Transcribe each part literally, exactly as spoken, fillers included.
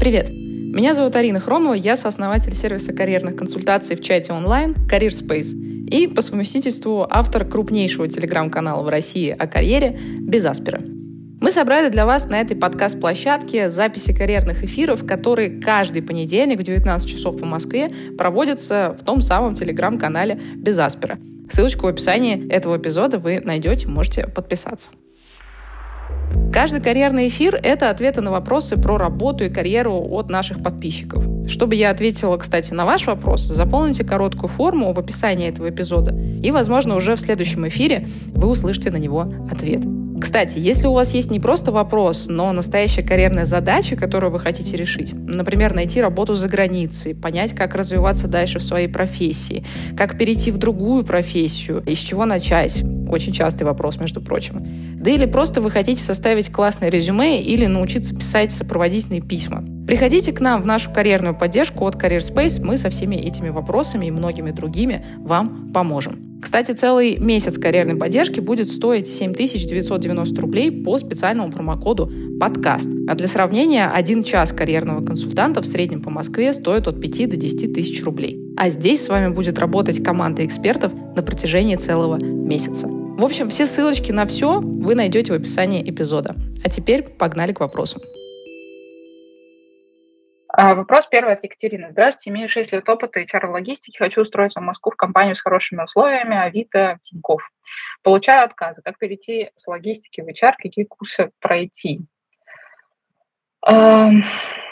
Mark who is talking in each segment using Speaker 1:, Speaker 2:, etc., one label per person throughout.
Speaker 1: Привет! Меня зовут Арина Хромова, я сооснователь сервиса карьерных консультаций в чате онлайн CareerSpace и по совместительству автор крупнейшего телеграм-канала в России о карьере «Без Аспера». Мы собрали для вас на этой подкаст-площадке записи карьерных эфиров, которые каждый понедельник в девятнадцать часов по Москве проводятся в том самом телеграм-канале «Без Аспера». Ссылочку в описании этого эпизода вы найдете, можете подписаться. Каждый карьерный эфир — это ответы на вопросы про работу и карьеру от наших подписчиков. Чтобы я ответила, кстати, на ваш вопрос, заполните короткую форму в описании этого эпизода, и, возможно, уже в следующем эфире вы услышите на него ответ. Кстати, если у вас есть не просто вопрос, но настоящая карьерная задача, которую вы хотите решить, например, найти работу за границей, понять, как развиваться дальше в своей профессии, как перейти в другую профессию, из чего начать, очень частый вопрос, между прочим, да или просто вы хотите составить классное резюме или научиться писать сопроводительные письма, приходите к нам в нашу карьерную поддержку от CareerSpace, мы со всеми этими вопросами и многими другими вам поможем. Кстати, целый месяц карьерной поддержки будет стоить семь тысяч девятьсот девяносто рублей по специальному промокоду «Подкаст». А для сравнения, один час карьерного консультанта в среднем по Москве стоит от пяти до десяти тысяч рублей. А здесь с вами будет работать команда экспертов на протяжении целого месяца. В общем, все ссылочки на все вы найдете в описании эпизода. А теперь погнали к вопросам.
Speaker 2: Вопрос первый от Екатерины. Здравствуйте, имею шесть лет опыта эйч ар в логистике, хочу устроиться в Москву в компанию с хорошими условиями, Авито, Тинькофф. Получаю отказы. Как перейти с логистики в эйч ар, какие курсы пройти? Эм,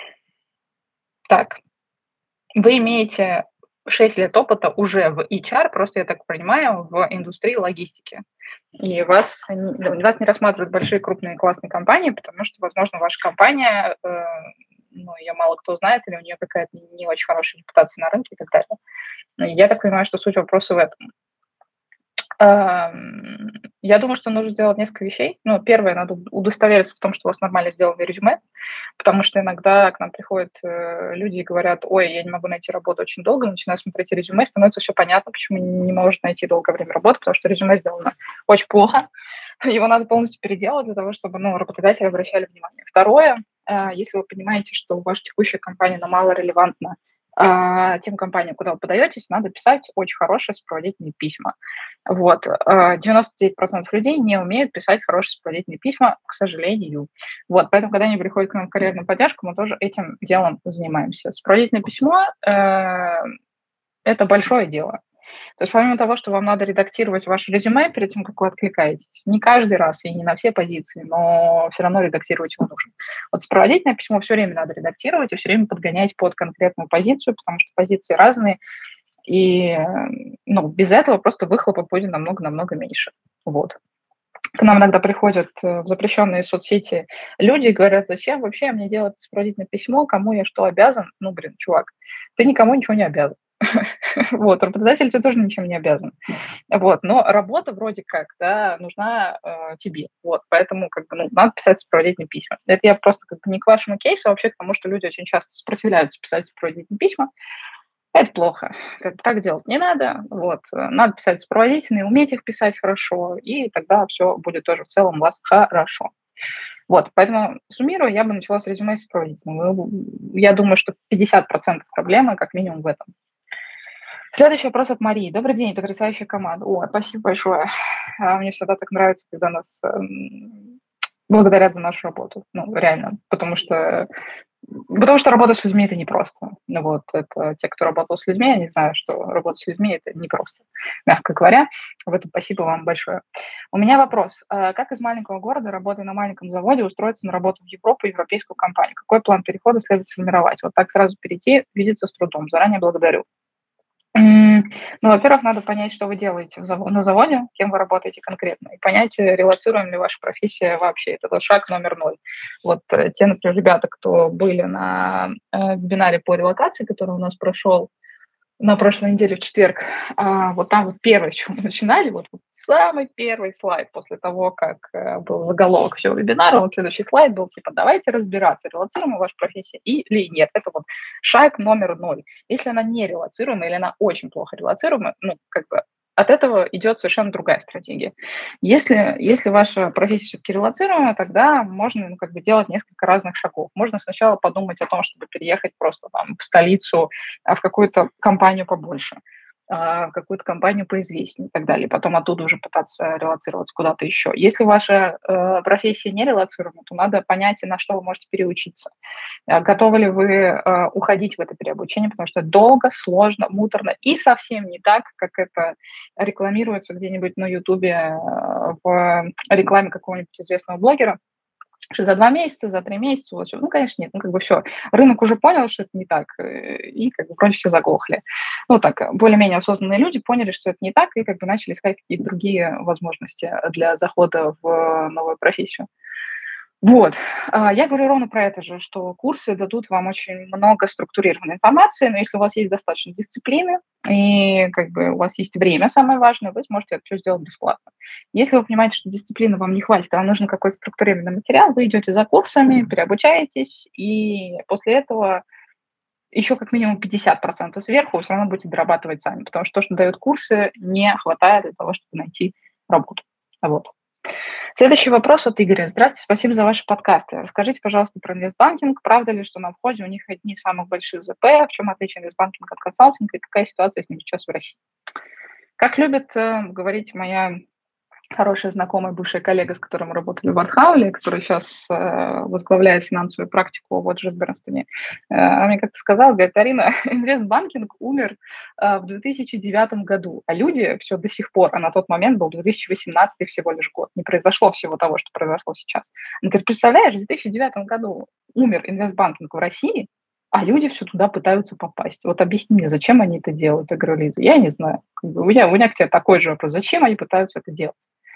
Speaker 2: Так, вы имеете шесть лет опыта уже в эйч ар, просто, я так понимаю, в индустрии логистики. И вас, не- вас не рассматривают большие, крупные, классные компании, потому что, возможно, ваша компания, э, ну, ее мало кто знает, или у нее какая-то не не очень хорошая репутация на рынке и так далее. Ну, я так понимаю, что суть вопроса в этом. Ам, Я думаю, что нужно сделать несколько вещей. Ну, первое, надо удостовериться в том, что у вас нормально сделано резюме, потому что иногда к нам приходят э, люди и говорят: ой, я не могу найти работу очень долго, начинаю смотреть резюме, становится все понятно, почему не может найти долгое время работу, потому что резюме сделано очень плохо, его надо полностью переделать для того, чтобы, ну, работодатели обращали внимание. Второе, э, если вы понимаете, что ваша текущая компания, она мало релевантна а, тем компаниям, куда вы подаетесь, надо писать очень хорошие сопроводительные письма. Вот. э, девяносто девять процентов людей не умеют писать хорошие сопроводительные письма, к сожалению. Вот. Поэтому, когда они приходят к нам в карьерную поддержку, мы тоже этим делом занимаемся. Сопроводительное письмо э, это большое дело. То есть помимо того, что вам надо редактировать ваше резюме перед тем, как вы откликаетесь, не каждый раз и не на все позиции, но все равно редактировать его нужно. Вот сопроводительное письмо все время надо редактировать и все время подгонять под конкретную позицию, потому что позиции разные, и э, ну, без этого просто выхлопа будет намного-намного меньше. Вот. К нам иногда приходят э, в запрещенные соцсети люди и говорят: зачем вообще мне делать сопроводительное письмо, кому я что обязан? Ну, блин, чувак, ты никому ничего не обязан. Вот, работодатель тебе тоже ничем не обязан. Вот, но работа вроде как, да, нужна э, тебе. Вот, поэтому как бы, ну, надо писать сопроводительные письма. Это я просто как бы не к вашему кейсу, а вообще к тому, что люди очень часто сопротивляются писать сопроводительные письма. Это плохо. Как бы так делать не надо. Вот, э, надо писать сопроводительные, уметь их писать хорошо, и тогда все будет тоже в целом у вас хорошо. Вот, поэтому, суммируя, я бы начала с резюме и сопроводительного. Я думаю, что пятьдесят процентов проблемы как минимум в этом. Следующий вопрос от Марии. Добрый день, потрясающая команда. О, спасибо большое. А, Мне всегда так нравится, когда нас эм, благодарят за нашу работу. Ну, реально. Потому что, потому что работа с людьми — это непросто. Ну вот, это те, кто работал с людьми, они знают, что работа с людьми — это непросто, мягко говоря. В этом спасибо вам большое. У меня вопрос. А Как из маленького города, работая на маленьком заводе, устроиться на работу в Европу и европейскую компанию? Какой план перехода следует сформировать? Вот так сразу перейти видится с трудом. Заранее благодарю. М, Ну, во-первых, надо понять, что вы делаете в заво- на заводе, кем вы работаете конкретно, и понять, э, релацируем ли ваша профессия вообще. Это вот шаг номер ноль. Вот э, те, например, ребята, кто были на э, вебинаре по релокации, который у нас прошел на прошлой неделе в четверг, а, вот там вот первое, с чего мы начинали, вот, вот самый первый слайд после того, как э, был заголовок всего вебинара, вот следующий слайд был типа: давайте разбираться, релацируема ваша профессия или нет. Это вот шаг номер ноль. Если она не релацируема или она очень плохо релацируема, ну, как бы от этого идет совершенно другая стратегия. Если, если ваша профессия все-таки релоцируемая, тогда можно ну, как бы делать несколько разных шагов. Можно сначала подумать о том, чтобы переехать просто там, в столицу, а, в какую-то компанию побольше, а, в какую-то компанию поизвестнее и так далее. Потом оттуда уже пытаться релоцироваться куда-то еще. Если ваша э, профессия не релоцируема, то надо понять, на что вы можете переучиться. А Готовы ли вы э, уходить в это переобучение, потому что это долго, сложно, муторно и совсем не так, как это рекламируется где-нибудь на Ютубе э, в рекламе какого-нибудь известного блогера, что за два месяца, за три месяца, вот, всё. Ну, конечно, нет, ну, как бы все. Рынок уже понял, что это не так, э, и как бы вроде все заглохли. Ну, так, э, более-менее осознанные люди поняли, что это не так, и как бы начали искать какие-то другие возможности для захода в новую профессию. Вот. А, Я говорю ровно про это же, что курсы дадут вам очень много структурированной информации, но если у вас есть достаточно дисциплины и как бы у вас есть время, самое важное, вы сможете это все сделать бесплатно. Если вы понимаете, что дисциплины вам не хватит, а вам нужен какой-то структурированный материал, вы идете за курсами, переобучаетесь, и после этого еще как минимум пятьдесят процентов сверху вы все равно будете дорабатывать сами, потому что то, что дают курсы, не хватает для того, чтобы найти работу. Вот. Следующий вопрос от Игоря. Здравствуйте, спасибо за ваши подкасты. Расскажите, пожалуйста, про инвестбанкинг. Правда ли, что на входе у них одни из самых больших ЗП? В чем отличие инвестбанкинга от консалтинга и какая ситуация с ним сейчас в России? Как любит э, говорить моя хорошая знакомая, бывшая коллега, с которой мы работали в Артхауле, который сейчас э, возглавляет финансовую практику в Оджерс Бернстоне, э, она мне как-то сказала, говорит, Арина, инвестбанкинг умер э, в две тысячи девятом году, а люди все до сих пор, а на тот момент был две тысячи восемнадцатый всего лишь год, не произошло всего того, что произошло сейчас. Она говорит, представляешь, в две тысячи девятом году умер инвестбанкинг в России, а люди все туда пытаются попасть. Вот объясни мне, зачем они это делают? Я говорю, Лиза, я не знаю. Как бы у, меня, у меня к тебе такой же вопрос. Зачем они пытаются это делать?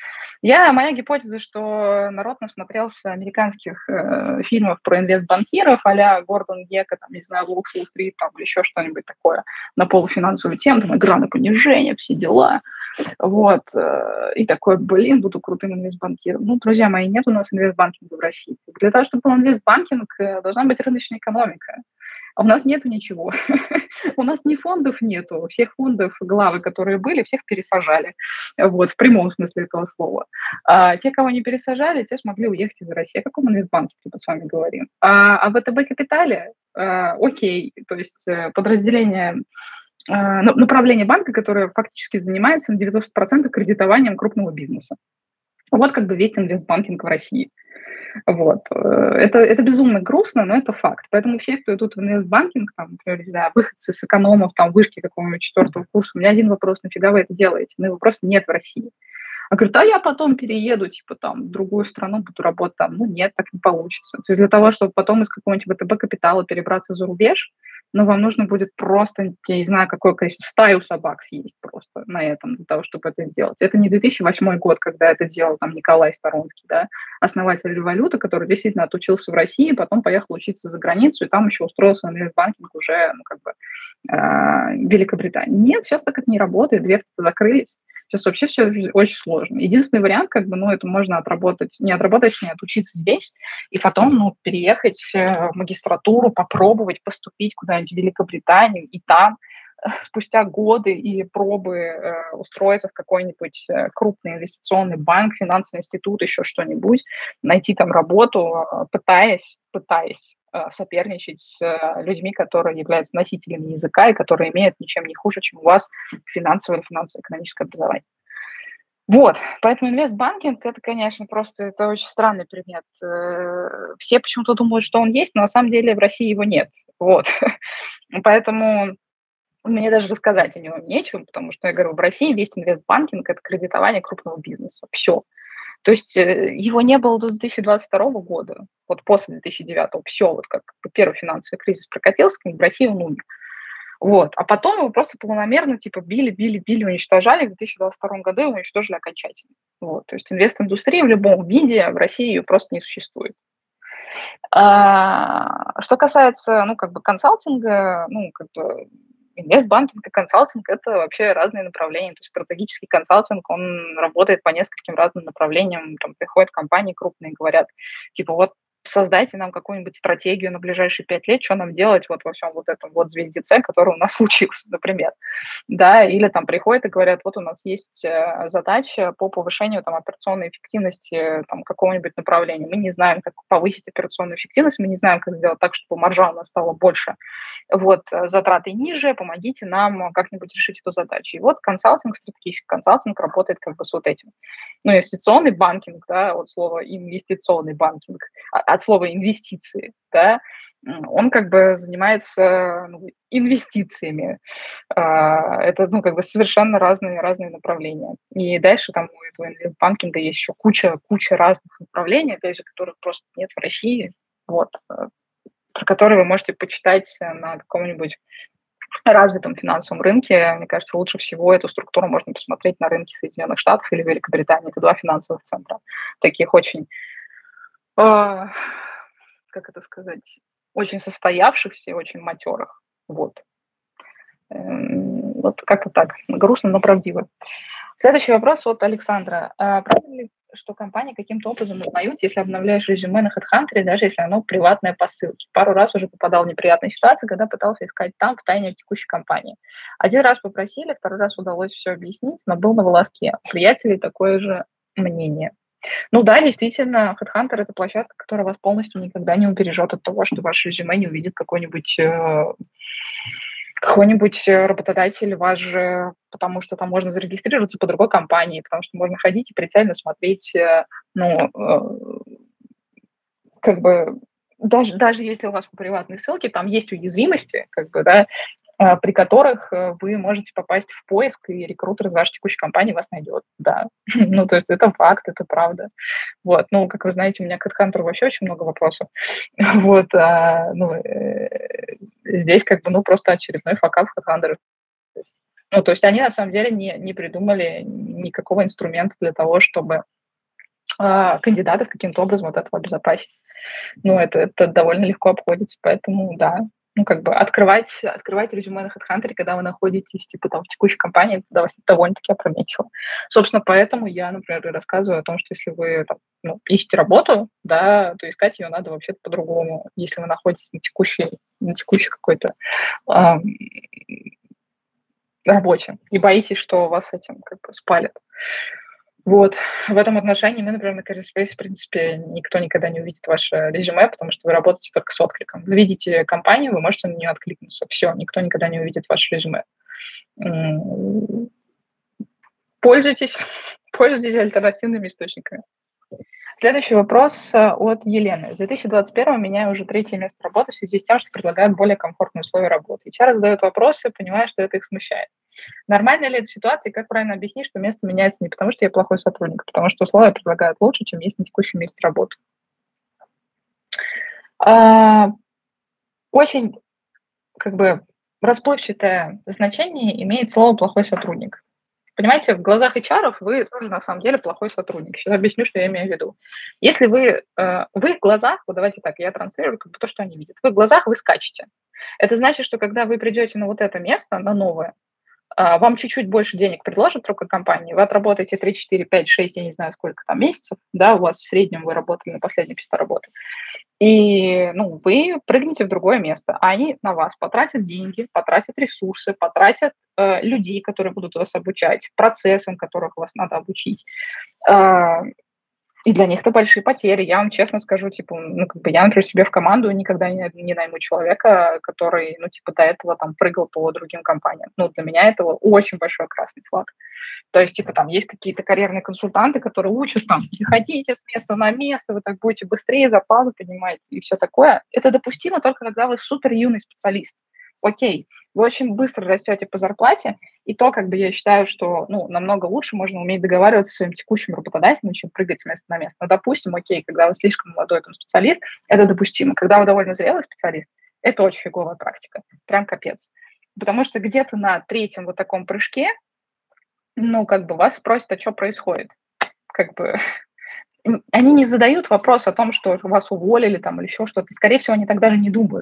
Speaker 2: Я, моя гипотеза, что народ насмотрелся американских э, фильмов про инвестбанкиров а-ля Гордон Гекко, там, не знаю, Волк с Уолл-стрит, там, или еще что-нибудь такое на полуфинансовую тему, там, игра на понижение, все дела. Вот. э, И такой, блин, буду крутым инвестбанкиром. Ну, друзья мои, нет у нас инвестбанкинга в России. Для того, чтобы был инвестбанкинг, э, должна быть рыночная экономика. А у нас нету ничего. У нас ни фондов нету. Всех фондов, главы, которые были, всех пересажали. Вот, в прямом смысле этого слова. А те, кого не пересажали, те смогли уехать из России. О каком инвестбанке мы с вами говорим? А о ВТБ Капитале? А, окей, то есть э, подразделение, а, на- направление банка, которое фактически занимается на девяносто процентов кредитованием крупного бизнеса. Вот как бы весь инвестбанкинг в России. Вот. э, Это, это безумно грустно, но это факт. Поэтому все, кто идут в инвестбанкинг, там, например, не знаю, выходцы с экономов, там, вышки какого-нибудь четвертого курса, у меня один вопрос, нафига вы это делаете? Ну, его просто нет в России. А говорит, а я потом перееду, типа, там, в другую страну, буду работать там. Ну, нет, так не получится. То есть для того, чтобы потом из какого-нибудь ВТБ капитала перебраться за рубеж, ну, вам нужно будет просто, я не знаю, какое количество, стаю собак съесть просто на этом, для того, чтобы это сделать. Это не две тысячи восьмой год, когда это делал там Николай Сторонский, да, основатель Революта, который действительно отучился в России, потом поехал учиться за границу, и там еще устроился на инвестбанкинг уже, ну, как бы, э, в Великобритании. Нет, сейчас так это не работает, дверцы закрылись. Сейчас вообще все очень сложно. Единственный вариант, как бы, ну, это можно отработать, не отработать, не отучиться здесь, и потом, ну, переехать э, в магистратуру, попробовать поступить куда-нибудь в Великобританию, и там э, спустя годы и пробы э, устроиться в какой-нибудь э, крупный инвестиционный банк, финансовый институт, еще что-нибудь, найти там работу, э, пытаясь, пытаясь э, соперничать с э, людьми, которые являются носителями языка и которые имеют ничем не хуже, чем у вас финансовое или финансово-экономическое образование. Вот, поэтому инвестбанкинг это, конечно, просто это очень странный предмет. Э, Все почему-то думают, что он есть, но на самом деле в России его нет. Вот, поэтому мне даже рассказать о нем нечего, потому что, я говорю, в России весь инвестбанкинг – это кредитование крупного бизнеса. Все. То есть э, его не было до две тысячи двадцать второго года, вот после две тысячи девятого. Все, вот как первый финансовый кризис прокатился, в России он умер. Вот. А потом его просто планомерно типа били, били, били, уничтожали. В две тысячи двадцать втором году его уничтожили окончательно. Вот. То есть инвест-индустрия в любом виде в России ее просто не существует. А, что касается, ну, как бы консалтинга, ну, как бы инвестбанкинг и консалтинг – это вообще разные направления. То есть стратегический консалтинг, он работает по нескольким разным направлениям. Там приходят компании крупные и говорят, типа, вот создайте нам какую-нибудь стратегию на ближайшие пять лет, что нам делать вот во всем вот этом вот звездеце, который у нас случился, например. Да, или там приходят и говорят, вот у нас есть э, задача по повышению там операционной эффективности э, там какого-нибудь направления. Мы не знаем, как повысить операционную эффективность, мы не знаем, как сделать так, чтобы маржа у нас стала больше. Вот, э, затраты ниже, помогите нам как-нибудь решить эту задачу. И вот консалтинг, стратегический консалтинг работает как бы с вот этим. Ну, инвестиционный банкинг, да, от слова инвестиционный банкинг, а- от слова инвестиции, да, м, он как бы занимается ну, инвестициями. А, Это, ну, как бы совершенно разные, разные направления. И дальше там у этого инвестбанкинга есть еще куча, куча разных направлений, опять же, которых просто нет в России, вот, э, про которые вы можете почитать э, на каком-нибудь развитом финансовом рынке. Мне кажется, лучше всего эту структуру можно посмотреть на рынке Соединенных Штатов или Великобритании. Это два финансовых центра, таких очень, а, как это сказать, очень состоявшихся и очень матерых. Вот. Эм, Вот как-то так. Грустно, но правдиво. Следующий вопрос от Александра. А правильно ли, что компании каким-то образом узнают, если обновляешь резюме на HeadHunter, даже если оно приватное по ссылке? Пару раз уже попадал в неприятные ситуации, когда пытался искать там, в тайне от текущей компании. Один раз попросили, второй раз удалось все объяснить, но был на волоске. У приятелей такое же мнение. Ну да, действительно, HeadHunter – это площадка, которая вас полностью никогда не убережет от того, что ваше резюме не увидит какой-нибудь э, какой-нибудь э, работодатель ваш же, потому что там можно зарегистрироваться по другой компании, потому что можно ходить и прицельно смотреть, э, ну, э, как бы даже, даже если у вас по приватной ссылке, там есть уязвимости, как бы, да, э, при которых э, вы можете попасть в поиск, и рекрутер из вашей текущей компании вас найдет, да. Ну, то есть это факт, это правда. Вот, ну, как вы знаете, у меня к HeadHunter вообще очень много вопросов. Вот, а, ну, э, здесь как бы, ну, просто очередной факап HeadHunter. Ну, то есть они на самом деле не, не придумали никакого инструмента для того, чтобы а, кандидатов каким-то образом от этого обезопасить. Ну, это, это довольно легко обходится, поэтому да. Ну, как бы открывать, открывать резюме на HeadHunter, когда вы находитесь, типа, там, в текущей компании, это дов- довольно-таки опрометчиво. Собственно, поэтому я, например, и рассказываю о том, что если вы там, ну, ищете работу, да, то искать ее надо вообще-то по-другому. Если вы находитесь на текущей, на текущей какой-то ам, работе и боитесь, что вас этим как бы спалят. Вот. В этом отношении мы, например, на CareerSpace, в принципе, никто никогда не увидит ваше резюме, потому что вы работаете только с откликом. Вы видите компанию, вы можете на нее откликнуться. Все, никто никогда не увидит ваше резюме. М, Пользуйтесь, пользуйтесь альтернативными источниками. Следующий вопрос э, от Елены. С две тысячи двадцать первого меняю уже третье место работы в связи с тем, что предлагают более комфортные условия работы. эйч ар задает вопросы, понимая, что это их смущает. Нормально ли эта ситуация, и как правильно объяснить, что место меняется не потому, что я плохой сотрудник, а потому что условия предлагают лучше, чем есть на текущем месте работы? А, Очень как бы расплывчатое значение имеет слово «плохой сотрудник». Понимаете, в глазах эйч ар вы тоже на самом деле плохой сотрудник. Сейчас объясню, что я имею в виду. Если вы, э, в их глазах, вот давайте так, я транслирую как бы то, что они видят, в их глазах вы скачете. Это значит, что когда вы придете на вот это место, на новое, а, вам чуть-чуть больше денег предложат только компания, вы отработаете три, четыре, пять, шесть, я не знаю, сколько там месяцев, да, у вас в среднем вы работали на последнем месте работы, и, ну, вы прыгнете в другое место, а они на вас потратят деньги, потратят ресурсы, потратят э, людей, которые будут вас обучать, процессам, которых вас надо обучить. А, и для них это большие потери. Я вам честно скажу, типа, ну, как бы я, например, себе в команду никогда не, не найму человека, который, ну, типа, до этого там прыгал по другим компаниям. Ну, для меня это очень большой красный флаг. То есть, типа, там есть какие-то карьерные консультанты, которые учат там, переходите с места на место, вы так будете быстрее зарплату поднимать и все такое. Это допустимо только когда вы супер юный специалист. Окей, вы очень быстро растете по зарплате, и то, как бы я считаю, что ну, намного лучше можно уметь договариваться со своим текущим работодателем, чем прыгать с места на место. Но, допустим, окей, когда вы слишком молодой там, специалист, это допустимо. Когда вы довольно зрелый специалист, это очень фиговая практика. Прям капец. Потому что где-то на третьем вот таком прыжке, ну, как бы вас спросят, а что происходит? Как бы они не задают вопрос о том, что вас уволили там или еще что-то. Скорее всего, они так даже не думают.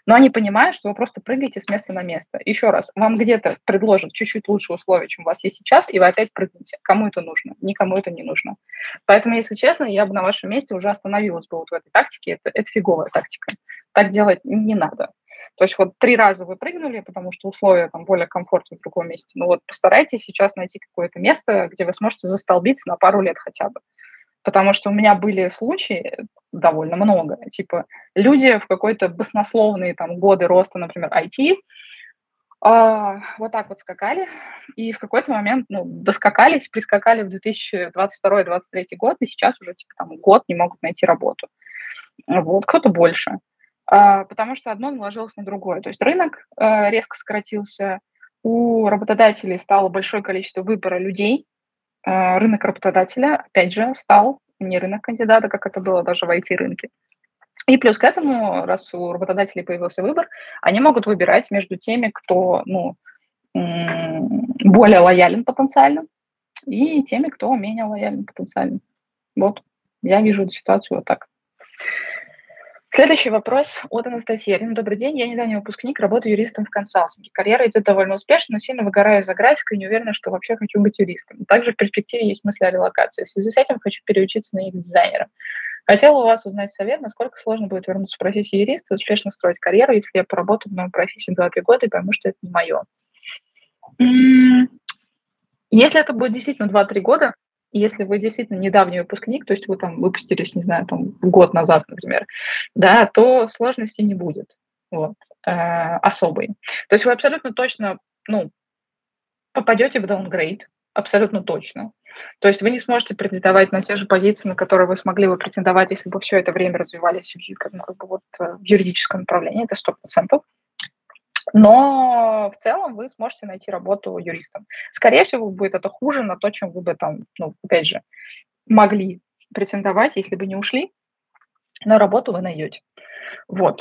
Speaker 2: но они понимают, что вы просто прыгаете с места на место. Еще раз, вам где-то предложат чуть-чуть лучше условия, чем у вас есть сейчас, и вы опять прыгнете. Кому это нужно? Никому это не нужно. Поэтому, если честно, я бы на вашем месте уже остановилась бы вот в этой тактике. Это, это фиговая тактика. Так делать не надо. То есть вот три раза вы прыгнули, потому что условия там более комфортные в другом месте. Но вот постарайтесь сейчас найти какое-то место, где вы сможете застолбиться на пару лет хотя бы. Потому что у меня были случаи, довольно много, типа люди в какой-то баснословные там годы роста, например, ай ти, а, вот так вот скакали, и в какой-то момент, ну, доскакались, прискакали в две тысячи двадцать второй — двадцать третий год, и сейчас уже, типа, там, год не могут найти работу. Вот, кто-то больше. А, потому что одно наложилось на другое. То есть рынок а, резко сократился, у работодателей стало большое количество выбора людей, а, рынок работодателя, опять же, стал не рынок кандидата, как это было даже в ай ти-рынке. И плюс к этому, раз у работодателей появился выбор, они могут выбирать между теми, кто ну, более лоялен потенциально, и теми, кто менее лоялен потенциально. Вот, я вижу эту ситуацию вот так. Следующий вопрос от Анастасии. Арина, добрый день. Я недавний выпускник, работаю юристом в консалтинге. Карьера идет довольно успешно, но сильно выгораю за график и не уверена, что вообще хочу быть юристом. Также в перспективе есть мысли о релокации. В связи с этим хочу переучиться на ю экс-дизайнера. Хотела у вас узнать совет, насколько сложно будет вернуться в профессию юриста и успешно строить карьеру, если я поработаю в моей профессии два-три года и пойму, что это не мое. Если это будет действительно два-три года, если вы действительно недавний выпускник, то есть вы там выпустились, не знаю, там год назад, например, да, то сложностей не будет вот, э, особой. То есть вы абсолютно точно, ну, попадете в даунгрейд, абсолютно точно. То есть вы не сможете претендовать на те же позиции, на которые вы смогли бы претендовать, если бы все это время развивались в, ну, как бы вот, в юридическом направлении, это сто процентов. Но в целом вы сможете найти работу юристом. Скорее всего, будет это хуже на то, чем вы бы там, ну, опять же, могли претендовать, если бы не ушли, но работу вы найдете. Вот.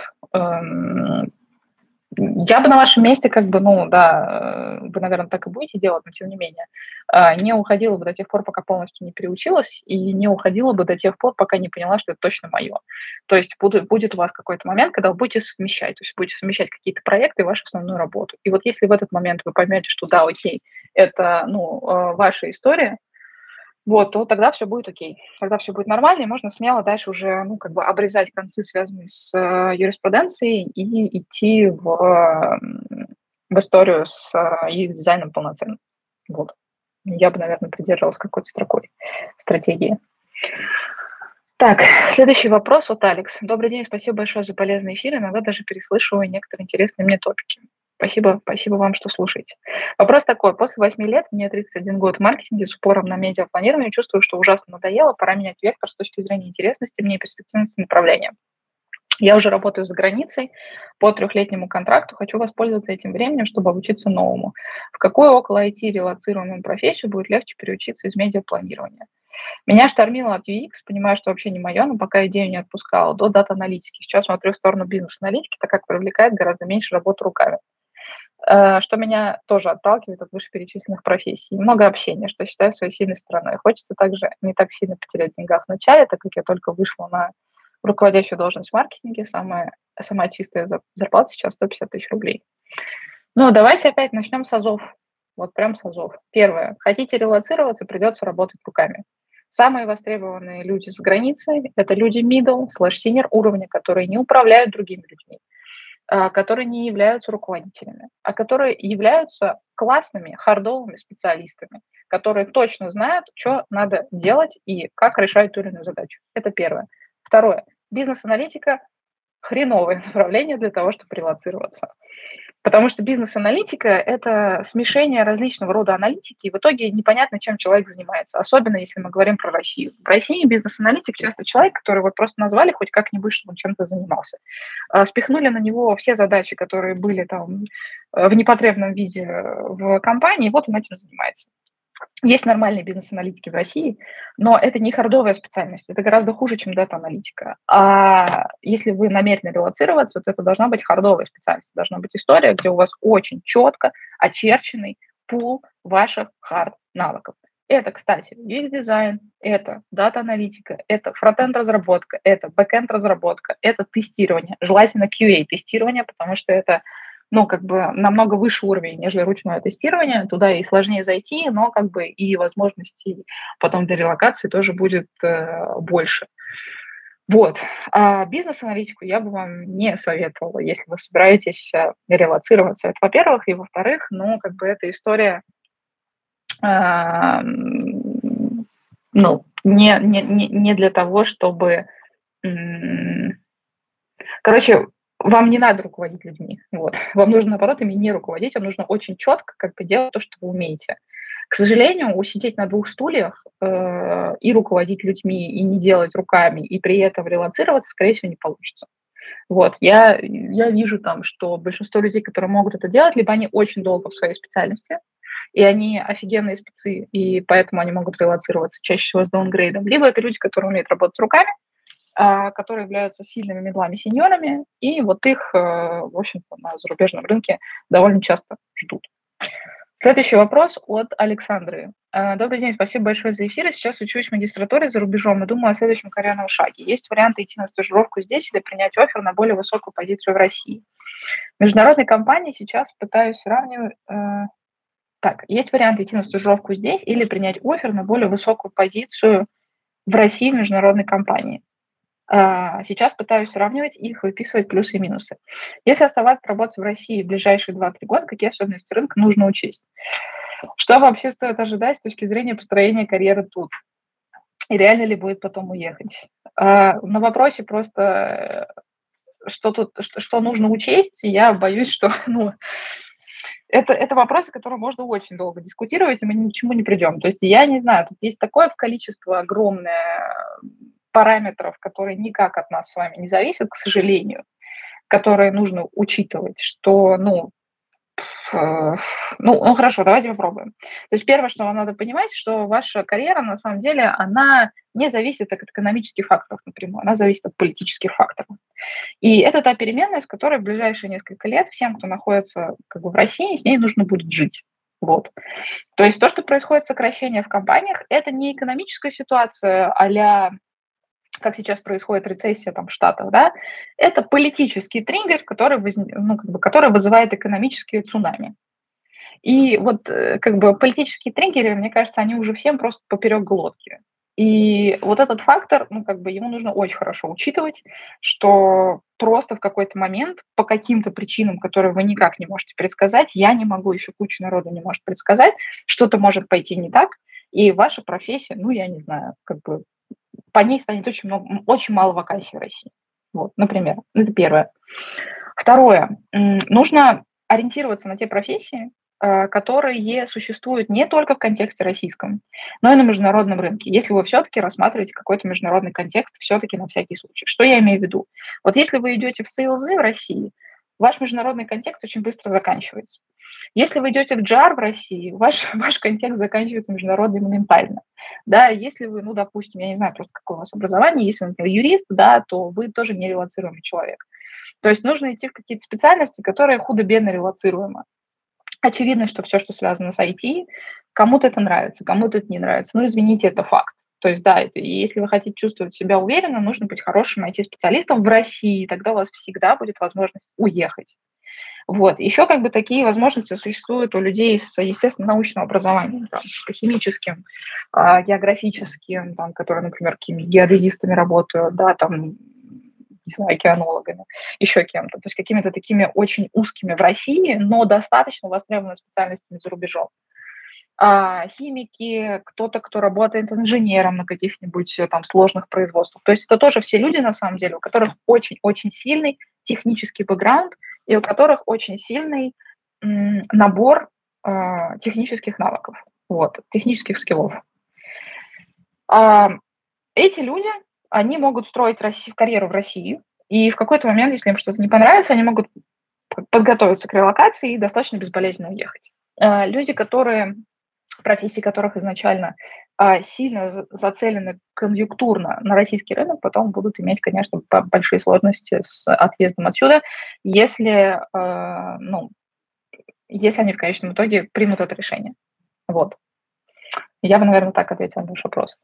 Speaker 2: Я бы на вашем месте, как бы, ну, да, вы, наверное, так и будете делать, но тем не менее, не уходила бы до тех пор, пока полностью не приучилась, и не уходила бы до тех пор, пока не поняла, что это точно мое. То есть будет, будет у вас какой-то момент, когда вы будете совмещать, то есть будете совмещать какие-то проекты и вашу основную работу. И вот если в этот момент вы поймете, что да, окей, это, ну, ваша история, вот, то тогда все будет окей. Тогда все будет нормально, и можно смело дальше уже, ну, как бы обрезать концы, связанные с э, юриспруденцией, и идти в, э, в историю с э, ю экс-дизайном полноценно. Вот. Я бы, наверное, придерживалась какой-то строкой стратегии. Так, следующий вопрос от Алекс. Добрый день, спасибо большое за полезный эфир. Иногда даже переслышиваю некоторые интересные мне топики. Спасибо, спасибо вам, что слушаете. Вопрос такой. После восьми лет, мне тридцать один год в маркетинге с упором на медиапланирование, чувствую, что ужасно надоело, пора менять вектор с точки зрения интересности мне и перспективности направления. Я уже работаю за границей по трехлетнему контракту, хочу воспользоваться этим временем, чтобы обучиться новому. В какую около ай ти релацированную профессию будет легче переучиться из медиапланирования? Меня штормило от ю экс, понимаю, что вообще не мое, но пока идею не отпускала, до дата-аналитики. Сейчас смотрю в сторону бизнес-аналитики, так как привлекает гораздо меньше работы руками. Что меня тоже отталкивает от вышеперечисленных профессий. Много общения, что считаю своей сильной стороной. Хочется также не так сильно потерять в деньгах в начале, так как я только вышла на руководящую должность в маркетинге. Самая, самая чистая зарплата сейчас сто пятьдесят тысяч рублей. Ну, давайте опять начнем с азов. Вот прям с азов. Первое. Хотите релацироваться, придется работать руками. Самые востребованные люди с границей – это люди middle, slash-senior уровня, которые не управляют другими людьми, которые не являются руководителями, а которые являются классными, хардовыми специалистами, которые точно знают, что надо делать и как решать ту или иную задачу. Это первое. Второе. Бизнес-аналитика – хреновое направление для того, чтобы релацироваться. Потому что бизнес-аналитика – это смешение различного рода аналитики, и в итоге непонятно, чем человек занимается, особенно если мы говорим про Россию. В России бизнес-аналитик часто человек, который вот просто назвали хоть как-нибудь, чтобы он чем-то занимался. Спихнули на него все задачи, которые были там в непотребном виде в компании, и вот он этим занимается. Есть нормальные бизнес-аналитики в России, но это не хардовая специальность, это гораздо хуже, чем дата-аналитика. А если вы намерены релацироваться, то это должна быть хардовая специальность, должна быть история, где у вас очень четко очерченный пул ваших хард-навыков. Это, кстати, ю экс-дизайн, это дата-аналитика, это фронтенд-разработка, это бэкенд-разработка, это тестирование. Желательно кью эй-тестирование, потому что это, ну, как бы намного выше уровень, нежели ручное тестирование. Туда и сложнее зайти, но как бы и возможностей потом для релокации тоже будет э, больше. Вот. А бизнес-аналитику я бы вам не советовала, если вы собираетесь э, релоцироваться. Это, во-первых. И, во-вторых, ну, как бы эта история а, ну, не, не, не не для того, чтобы... Короче, вам не надо руководить людьми. Вот. Вам нужно, наоборот, ими не руководить, вам нужно очень четко как бы делать то, что вы умеете. К сожалению, усидеть на двух стульях э, и руководить людьми, и не делать руками, и при этом релацироваться, скорее всего, не получится. Вот. Я, я вижу там, что большинство людей, которые могут это делать, либо они очень долго в своей специальности, и они офигенные спецы, и поэтому они могут релацироваться чаще всего с даунгрейдом, либо это люди, которые умеют работать руками, а, которые являются сильными медлами-сеньорами, и вот их, э, в общем-то, на зарубежном рынке довольно часто ждут. Следующий вопрос от Александры. Э, Добрый день, спасибо большое за эфир. Сейчас учусь в магистратуре за рубежом и думаю о следующем карьерном шаге. Есть варианты идти на стажировку здесь или принять оффер на более высокую позицию в России. Международные компании сейчас пытаюсь сравнивать... э, Так, есть варианты идти на стажировку здесь или принять оффер на более высокую позицию в России в международной компании. А, Сейчас пытаюсь сравнивать их, выписывать плюсы и минусы. Если оставаться работать в России в ближайшие два-три года, какие особенности рынка нужно учесть? Что вообще стоит ожидать с точки зрения построения карьеры тут? И реально ли будет потом уехать? А, На вопросе просто, э, что тут, что, что нужно учесть, я боюсь, что, ну, это, это вопросы, которые можно очень долго дискутировать, и мы ни к чему не придем. То есть я не знаю, тут есть такое количество огромное параметров, которые никак от нас с вами не зависят, к сожалению, которые нужно учитывать, что, ну, э, ну, ну хорошо, давайте попробуем. То есть первое, что вам надо понимать, что ваша карьера, на самом деле, она не зависит от экономических факторов напрямую, она зависит от политических факторов. И это та переменная, с которой в ближайшие несколько лет всем, кто находится как бы в России, с ней нужно будет жить. Вот. То есть то, что происходит сокращение в компаниях, это не экономическая ситуация а-ля как сейчас происходит рецессия там, в Штатах, да, это политический триггер, который, возне... ну, как бы, который вызывает экономические цунами. И вот э, как бы политические триггеры, мне кажется, они уже всем просто поперек глотки. И вот этот фактор, ну, как бы ему нужно очень хорошо учитывать, что просто в какой-то момент по каким-то причинам, которые вы никак не можете предсказать, я не могу, еще куча народу не может предсказать, что-то может пойти не так, и ваша профессия, ну, я не знаю, как бы по ней станет очень, много, очень мало вакансий в России. Вот, например, это первое. Второе. Нужно ориентироваться на те профессии, э, которые существуют не только в контексте российском, но и на международном рынке. Если вы все-таки рассматриваете какой-то международный контекст, все-таки на всякий случай. Что я имею в виду? Вот если вы идете в сейлзы в России, ваш международный контекст очень быстро заканчивается. Если вы идете в джи ар в России, ваш, ваш контекст заканчивается международный моментально. Да, если вы, ну, допустим, я не знаю просто, какое у вас образование, если вы, например, юрист, да, то вы тоже не релоцируемый человек. То есть нужно идти в какие-то специальности, которые худо-бедно релоцируемы. Очевидно, что все, что связано с ай ти, кому-то это нравится, кому-то это не нравится. Ну, извините, это факт. То есть, да, это, если вы хотите чувствовать себя уверенно, нужно быть хорошим ай ти-специалистом в России, тогда у вас всегда будет возможность уехать. Вот. Еще как бы такие возможности существуют у людей с, естественно, научным образованием, там, по химическим, а, географическим, там, которые, например, какими-то геодезистами работают, да, там, не знаю, океанологами, еще кем-то. То есть какими-то такими очень узкими в России, но достаточно востребованными специальностями за рубежом. А, химики, кто-то, кто работает инженером на каких-нибудь там сложных производствах. То есть это тоже все люди, на самом деле, у которых очень-очень сильный технический бэкграунд и у которых очень сильный м, набор э, технических навыков, вот, технических скиллов. А, эти люди, они могут строить Россию, карьеру в России, и в какой-то момент, если им что-то не понравится, они могут подготовиться к релокации и достаточно безболезненно уехать. А, люди, которые профессии которых изначально а, сильно зацелены конъюнктурно на российский рынок, потом будут иметь, конечно, большие сложности с отъездом отсюда, если, а, ну, если они в конечном итоге примут это решение. Вот. Я бы, наверное, так ответила на ваш вопрос.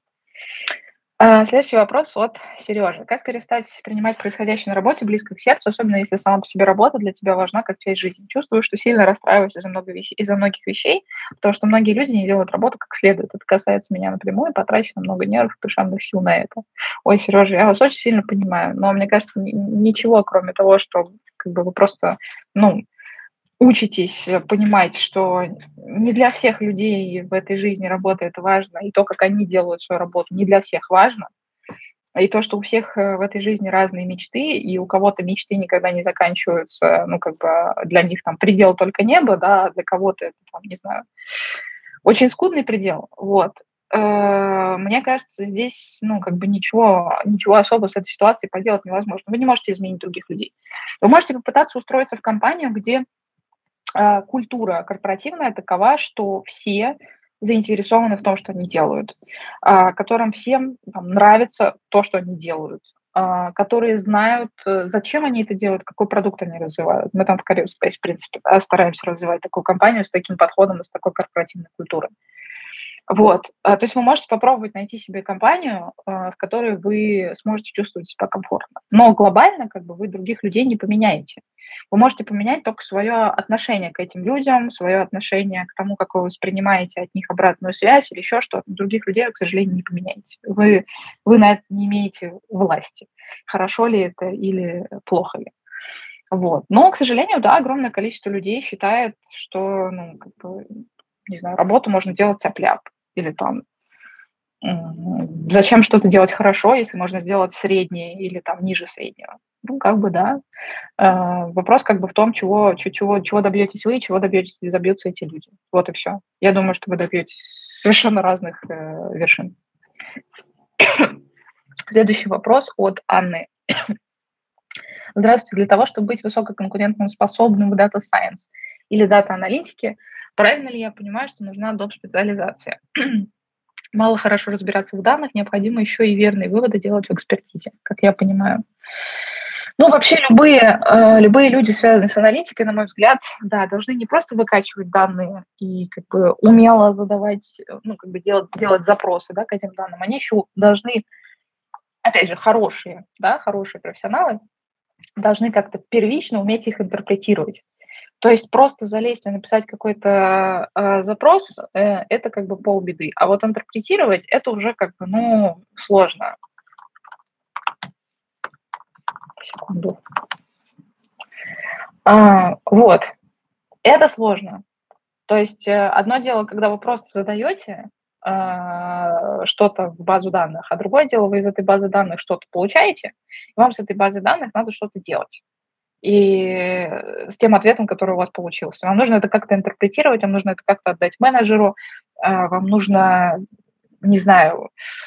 Speaker 2: А, Следующий вопрос от Сережи. Как перестать принимать происходящее на работе близко к сердцу, особенно если сама по себе работа для тебя важна как часть жизни? Чувствую, что сильно расстраиваюсь из-за много вещей, из-за многих вещей, потому что многие люди не делают работу как следует. Это касается меня напрямую, потрачено много нервов, душевных сил на это. Ой, Сережа, я вас очень сильно понимаю, но мне кажется, ни- ничего, кроме того, что как бы вы просто, ну, учитесь э, понимать, что не для всех людей в этой жизни работа это важно, и то, как они делают свою работу, не для всех важно, и то, что у всех э, в этой жизни разные мечты, и у кого-то мечты никогда не заканчиваются, ну, как бы а, для них там предел только небо, да, а для кого-то это, там, не знаю, очень скудный предел, вот. Э, Мне кажется, здесь, ну, как бы ничего, ничего особо с этой ситуацией поделать невозможно. Вы не можете изменить других людей. Вы можете попытаться устроиться в компанию, где а, культура корпоративная такова, что все заинтересованы в том, что они делают, а, которым всем там нравится то, что они делают, а, которые знают, э, зачем они это делают, какой продукт они развивают. Мы там в Career Space, в принципе, да, стараемся развивать такую компанию с таким подходом и с такой корпоративной культурой. Вот, а, то есть вы можете попробовать найти себе компанию, а, в которой вы сможете чувствовать себя комфортно. Но глобально как бы вы других людей не поменяете. Вы можете поменять только свое отношение к этим людям, свое отношение к тому, как вы воспринимаете от них обратную связь или еще что-то. Других людей вы, к сожалению, не поменяете. Вы, вы на это не имеете власти. Хорошо ли это или плохо ли. Вот. Но, к сожалению, да, огромное количество людей считает, что, ну, как бы, не знаю, работу можно делать тяп-ляп. Или там, м, зачем что-то делать хорошо, если можно сделать среднее или там ниже среднего. Ну, как бы да. Э, вопрос как бы в том, чего, чё- чего, чего добьетесь вы, и чего добьетесь, добьются эти люди. Вот и все. Я думаю, что вы добьетесь совершенно разных э, вершин. Следующий вопрос от Анны. Здравствуйте. Для того, чтобы быть высококонкурентным способным в Data Science или Data аналитике, правильно ли я понимаю, что нужна доп. Специализация? Мало хорошо разбираться в данных, необходимо еще и верные выводы делать в экспертизе, как я понимаю. Ну, вообще любые, э, любые люди, связанные с аналитикой, на мой взгляд, да, должны не просто выкачивать данные и как бы умело задавать, э, ну, как бы делать, делать запросы, да, к этим данным. Они еще должны, опять же, хорошие, да, хорошие профессионалы должны как-то первично уметь их интерпретировать. То есть просто залезть и написать какой-то э, запрос, э, это как бы полбеды. А вот интерпретировать это уже как бы, ну, сложно. Секунду. А, вот, это сложно. То есть э, одно дело, когда вы просто задаете а, что-то в базу данных, а другое дело, вы из этой базы данных что-то получаете, и вам с этой базой данных надо что-то делать. И э, с тем ответом, который у вас получился. Вам нужно это как-то интерпретировать, вам нужно это как-то отдать менеджеру, а, вам нужно, не знаю,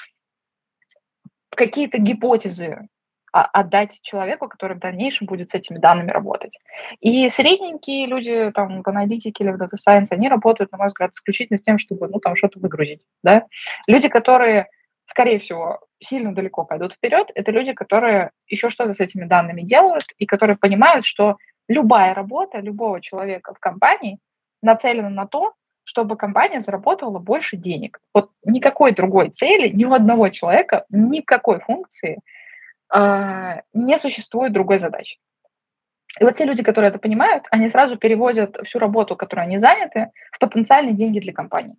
Speaker 2: какие-то гипотезы а, отдать человеку, который в дальнейшем будет с этими данными работать. И средненькие люди там, в аналитике или в Data Science, они работают, на мой взгляд, исключительно с тем, чтобы ну, там что-то выгрузить. Да? Люди, которые, скорее всего, сильно далеко пойдут вперед, это люди, которые еще что-то с этими данными делают и которые понимают, что любая работа любого человека в компании нацелена на то, чтобы компания заработала больше денег. Вот никакой другой цели ни у одного человека, никакой функции а, не существует другой задачи. И вот те люди, которые это понимают, они сразу переводят всю работу, которой они заняты, в потенциальные деньги для компании.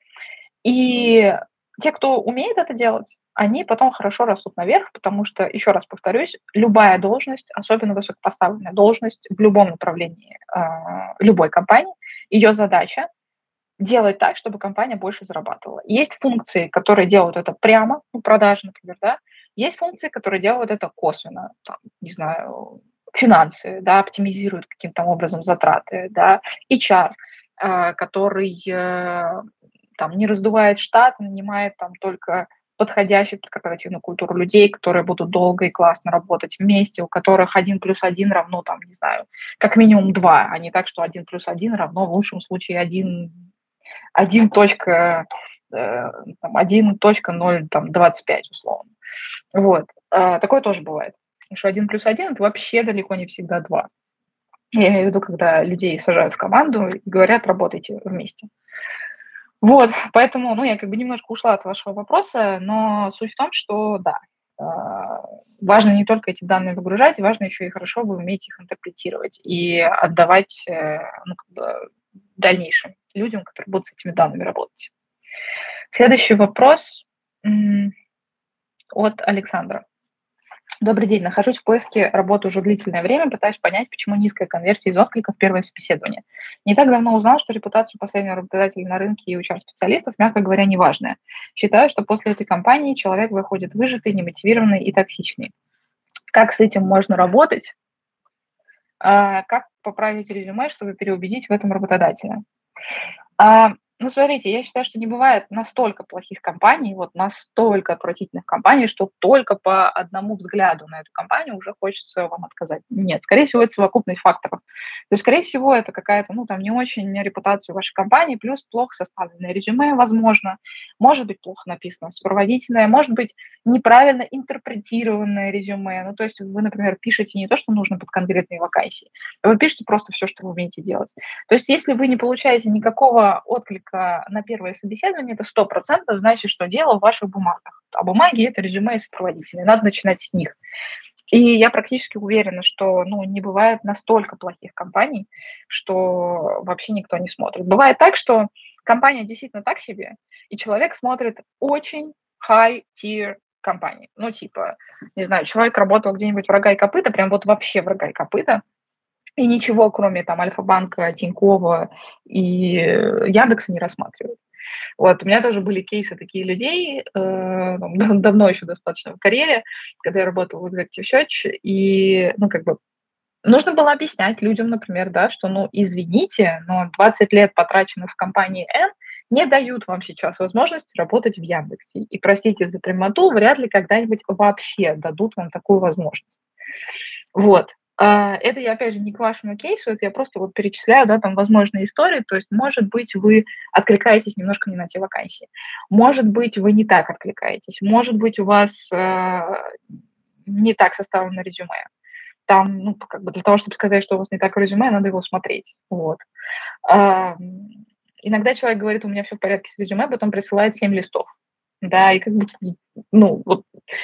Speaker 2: И те, кто умеет это делать, они потом хорошо растут наверх, потому что, еще раз повторюсь, любая должность, особенно высокопоставленная должность в любом направлении а, любой компании, ее задача делать так, чтобы компания больше зарабатывала. Есть функции, которые делают это прямо, ну, продажи, например, да. Есть функции, которые делают это косвенно, там, не знаю, финансы, да, оптимизируют каким-то образом затраты, да, эйч ар, э, который э, там не раздувает штат, нанимает там только подходящих под корпоративную культуру людей, которые будут долго и классно работать вместе, у которых один плюс один равно, там, не знаю, как минимум два, а не так, что один плюс один равно в лучшем случае один один точка, э, там, один точка ноль двадцать пять условно. Вот. А, такое тоже бывает. Потому что один плюс один это вообще далеко не всегда два. Я имею в виду, когда людей сажают в команду и говорят, работайте вместе. Вот, поэтому, ну, я как бы немножко ушла от вашего вопроса, но суть в том, что да, а, важно не только эти данные выгружать, важно еще и хорошо вы уметь их интерпретировать и отдавать, э, ну, как бы дальнейшим людям, которые будут с этими данными работать. Следующий вопрос м, от Александра. Добрый день. Нахожусь в поиске работы уже длительное время, пытаюсь понять, почему низкая конверсия из отклика в первое собеседование. Не так давно узнал, что репутация последнего работодателя на рынке и у эйч ар-специалистов, мягко говоря, неважная. Считаю, что после этой кампании человек выходит выжатый, немотивированный и токсичный. Как с этим можно работать? А, как поправить резюме, чтобы переубедить в этом работодателя? А, ну, смотрите, я считаю, что не бывает настолько плохих компаний, вот настолько отвратительных компаний, что только по одному взгляду на эту компанию уже хочется вам отказать. Нет, скорее всего, это совокупность факторов. То есть, скорее всего, это какая-то, ну, там, не очень репутация вашей компании, плюс плохо составленное резюме, возможно, может быть, плохо написано, сопроводительное, может быть, неправильно интерпретированное резюме. Ну, то есть вы, например, пишете не то, что нужно под конкретные вакансии, а вы пишете просто все, что вы умеете делать. То есть если вы не получаете никакого отклика на первое собеседование, это сто процентов значит, что дело в ваших бумагах. А бумаги – это резюме и сопроводительные. Надо начинать с них. И я практически уверена, что ну, не бывает настолько плохих компаний, что вообще никто не смотрит. Бывает так, что компания действительно так себе, и человек смотрит очень high-tier компании. Ну, типа, не знаю, человек работал где-нибудь в рога и копыта, прям вот вообще в рога и копыта, и ничего, кроме там Альфа-банка, Тинькова и Яндекса не рассматривают. Вот, у меня тоже были кейсы таких людей, э, там, давно еще достаточно в карьере, когда я работала в Executive Search, и, ну, как бы, нужно было объяснять людям, например, да, что, ну, извините, но двадцать лет, потраченных в компании N, не дают вам сейчас возможности работать в Яндексе. И, простите за прямоту, вряд ли когда-нибудь вообще дадут вам такую возможность. Вот. А, это я, опять же, не к вашему кейсу, это я просто вот перечисляю, да, там возможные истории. То есть, может быть, вы откликаетесь немножко не на те вакансии. Может быть, вы не так откликаетесь. Может быть, у вас э, не так составлено резюме. Там, ну, как бы для того, чтобы сказать, что у вас не так в резюме, надо его смотреть. Вот. А, иногда человек говорит, у меня все в порядке с резюме, потом присылает семь листов. Да, и как бы, ну, вот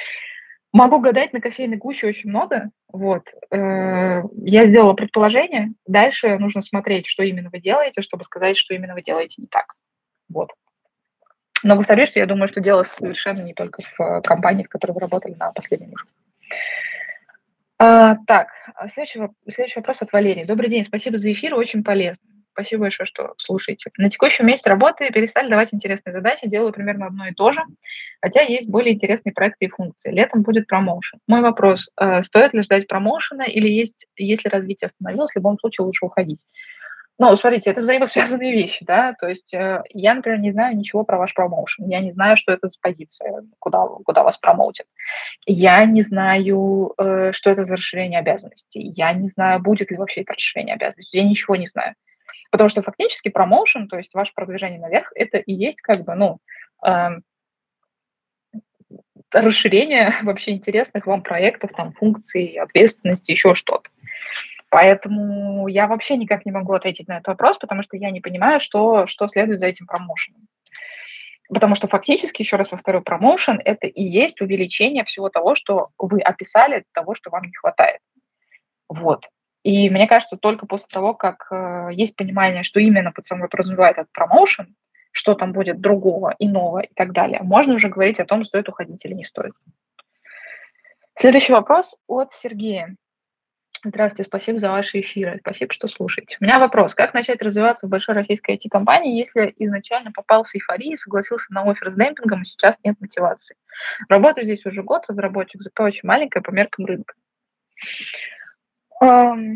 Speaker 2: могу гадать на кофейной гуще очень много. Вот. Э, я сделала предположение. Дальше нужно смотреть, что именно вы делаете, чтобы сказать, что именно вы делаете не так. Вот. Но повторюсь, что я думаю, что дело совершенно не только в э, компании, в которой вы работали на последнем месте. А, так, а следующий, воп- следующий вопрос от Валерии. Добрый день, спасибо за эфир, очень полезно. Спасибо большое, что слушаете. На текущем месте работы перестали давать интересные задачи, делаю примерно одно и то же, хотя есть более интересные проекты и функции. Летом будет промоушен. Мой вопрос, э, стоит ли ждать промоушена или есть, если развитие остановилось, в любом случае лучше уходить? Ну, смотрите, это взаимосвязанные вещи, да, то есть э, я, например, не знаю ничего про ваш промоушен, я не знаю, что это за позиция, куда, куда вас промоутят. Я не знаю, э, что это за расширение обязанностей. Я не знаю, будет ли вообще это расширение обязанностей. Я ничего не знаю. Потому что фактически промоушен, то есть ваше продвижение наверх, это и есть как бы, ну, эм, расширение вообще интересных вам проектов, там, функций, ответственности, еще что-то. Поэтому я вообще никак не могу ответить на этот вопрос, потому что я не понимаю, что, что следует за этим промоушеном. Потому что фактически, еще раз повторю, промоушен – это и есть увеличение всего того, что вы описали, того, что вам не хватает. Вот. И мне кажется, только после того, как э, есть понимание, что именно под собой подразумевает этот промоушен, что там будет другого, иного и так далее, можно уже говорить о том, стоит уходить или не стоит. Следующий вопрос от Сергея. Здравствуйте, спасибо за ваши эфиры, спасибо, что слушаете. У меня вопрос. Как начать развиваться в большой российской ай ти-компании, если изначально попал с эйфорией, согласился на оффер с демпингом, и сейчас нет мотивации? Работаю здесь уже год, разработчик, ЗП очень маленькая по меркам рынка. Ам,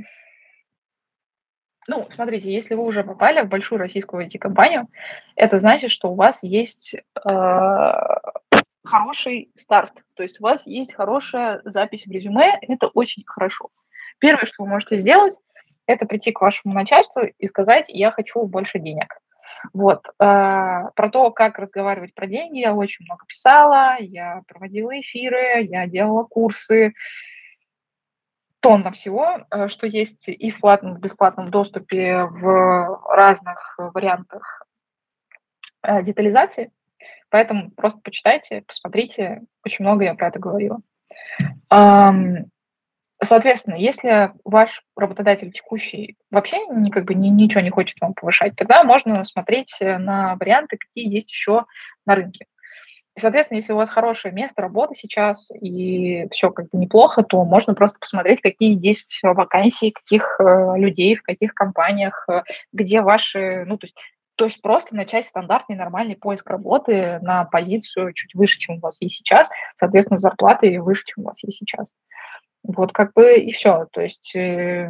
Speaker 2: Ну, смотрите, если вы уже попали в большую российскую ай ти-компанию, это значит, что у вас есть э, хороший старт, то есть у вас есть хорошая запись в резюме, это очень хорошо. Первое, что вы можете сделать, это прийти к вашему начальству и сказать, я хочу больше денег. Вот. Э, про то, как разговаривать про деньги, я очень много писала, я проводила эфиры, я делала курсы, тонна всего, э, что есть и в платном, в бесплатном доступе в разных вариантах э, детализации, поэтому просто почитайте, посмотрите, очень много я про это говорила. Ам, Соответственно, если ваш работодатель текущий вообще ни как бы ни ничего не хочет вам повышать, тогда можно смотреть, э, на варианты, какие есть еще на рынке. И, соответственно, если у вас хорошее место работы сейчас и все как бы неплохо, то можно просто посмотреть, какие есть вакансии, каких, э, людей, в каких компаниях, э, где ваши, ну, то есть то есть просто начать стандартный нормальный поиск работы на позицию чуть выше, чем у вас есть сейчас, соответственно, с зарплатой выше, чем у вас есть сейчас. Вот как бы и все. То есть, э,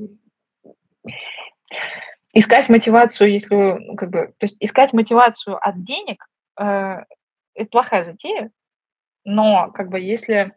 Speaker 2: искать мотивацию, если вы, ну, как бы, то есть искать мотивацию от денег, э, это плохая затея, но как бы если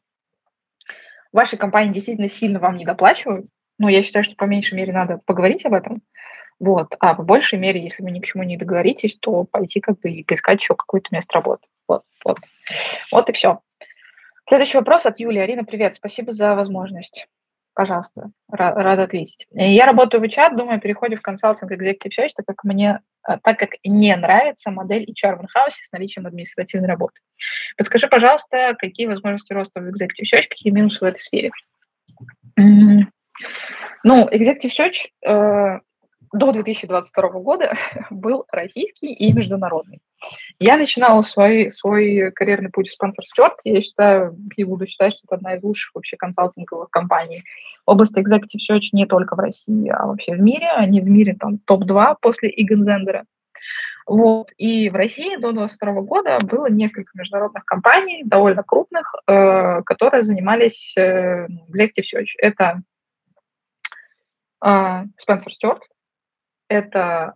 Speaker 2: в вашей компании действительно сильно вам недоплачивают, ну, я считаю, что по меньшей мере надо поговорить об этом, вот, а по большей мере, если вы ни к чему не договоритесь, то пойти как бы и поискать еще какое-то место работы. Вот, вот. Вот и все. Следующий вопрос от Юлии. Арина, привет. Спасибо за возможность. Пожалуйста, ра- рада ответить. Э, Я работаю в эйч ар, думаю о переходе в консалтинг Executive Search, так как мне, э, так как не нравится модель эйч ар в инхаусе с наличием административной работы. Подскажи, пожалуйста, какие возможности роста в Executive Search, какие минусы в этой сфере? М, Ну, Executive Search э, до две тысячи двадцать второго года был российский и международный. Я начинала свой, свой карьерный путь в Spencer Stuart. Я считаю, и буду считать, что это одна из лучших вообще консалтинговых компаний. Область Executive Search не только в России, а вообще в мире. Они в мире там топ два после Egan Zender. Вот. И в России до двадцать второго года было несколько международных компаний, довольно крупных, э, которые занимались э, Executive Search. Это э, Spencer Stuart, это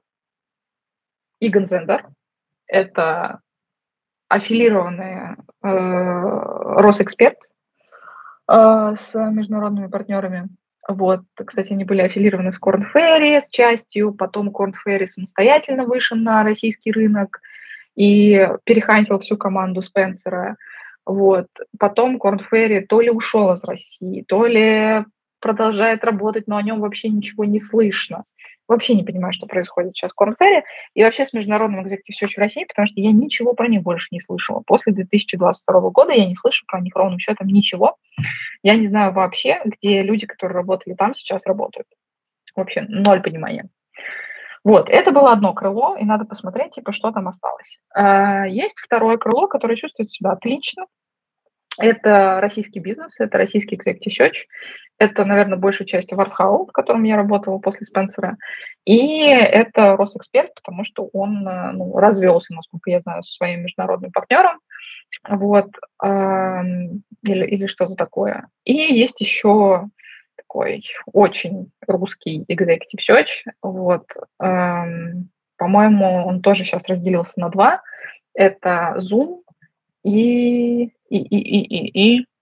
Speaker 2: Egan Zender, это аффилированные э, Росэксперт э, с международными партнерами. Вот, кстати, они были аффилированы с Корн Ferry с частью, потом Корн Ferry самостоятельно вышел на российский рынок и перехантил всю команду Спенсера. Вот. Потом Корн Ferry то ли ушел из России, то ли продолжает работать, но о нем вообще ничего не слышно. Вообще не понимаю, что происходит сейчас с Корн Ferry и вообще с международным Executive Search в России, потому что я ничего про них больше не слышала. После две тысячи двадцать второго года я не слышу про них ровным счетом ничего. Я не знаю вообще, где люди, которые работали там, сейчас работают. Вообще ноль понимания. Вот, это было одно крыло, и надо посмотреть, типа, что там осталось. А, Есть второе крыло, которое чувствует себя отлично. Это российский бизнес, это российский Executive Search, это, наверное, большей частью Вартхаул, в котором я работала после Спенсера, и это Росэксперт, потому что он э, ну, развелся, насколько я знаю, со своим международным партнером, вот, ам, или, или что-то такое. И есть еще такой очень русский Executive Search, вот, ам, по-моему, он тоже сейчас разделился на два. Это Zoom и, и, и, и, и, и.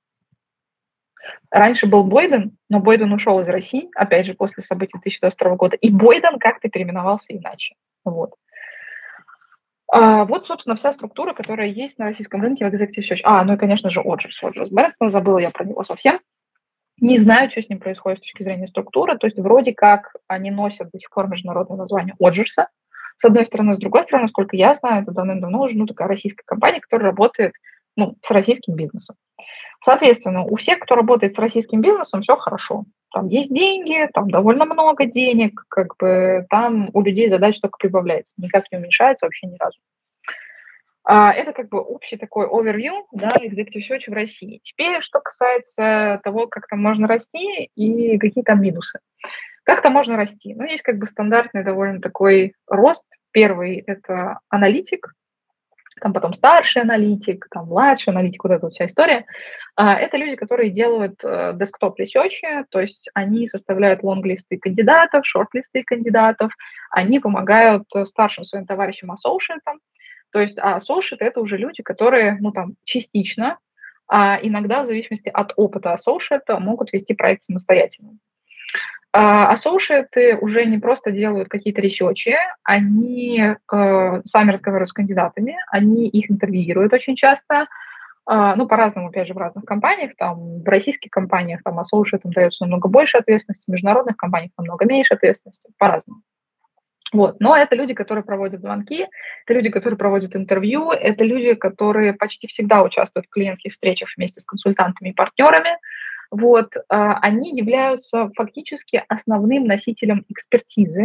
Speaker 2: Раньше был Бойден, но Бойден ушел из России, опять же, после событий две тысячи двадцать второго года, и Бойден как-то переименовался иначе. Вот. А, вот, собственно, вся структура, которая есть на российском рынке в Executive Search. А, ну и, конечно же, Оджерс. Оджерс Бэрнстон, забыла я про него совсем. Не знаю, что с ним происходит с точки зрения структуры. То есть вроде как они носят до сих пор международное название Оджерса. С одной стороны. С другой стороны, насколько я знаю, это давным-давно уже ну, такая российская компания, которая работает ну, с российским бизнесом. Соответственно, у всех, кто работает с российским бизнесом, все хорошо. Там есть деньги, там довольно много денег, как бы там у людей задач только прибавляется, никак не уменьшается вообще ни разу. А, Это как бы общий такой overview, да, Executive Search в России. Теперь, что касается того, как там можно расти и какие там минусы. Как там можно расти? Ну, есть как бы стандартный довольно такой рост. Первый– это аналитик, там потом старший аналитик, там младший аналитик, вот эта вот вся история. А, Это люди, которые делают десктоп ресерчи, то есть они составляют лонглисты кандидатов, шорт-листы кандидатов, они помогают э, старшим своим товарищам ассоушиатам, то есть а associate– это уже люди, которые, ну, там, частично, а иногда в зависимости от опыта associate могут вести проект самостоятельно. А Associate уже не просто делают какие-то ресерчи, они э, сами разговаривают с кандидатами, они их интервьюируют очень часто, а, ну, по-разному, опять же, в разных компаниях, там, в российских компаниях, там, Associate дается намного больше ответственности, в международных компаниях намного меньше ответственности, по-разному. Вот. Но это люди, которые проводят звонки, это люди, которые проводят интервью, это люди, которые почти всегда участвуют в клиентских встречах вместе с консультантами и партнерами. Вот. А, Они являются фактически основным носителем экспертизы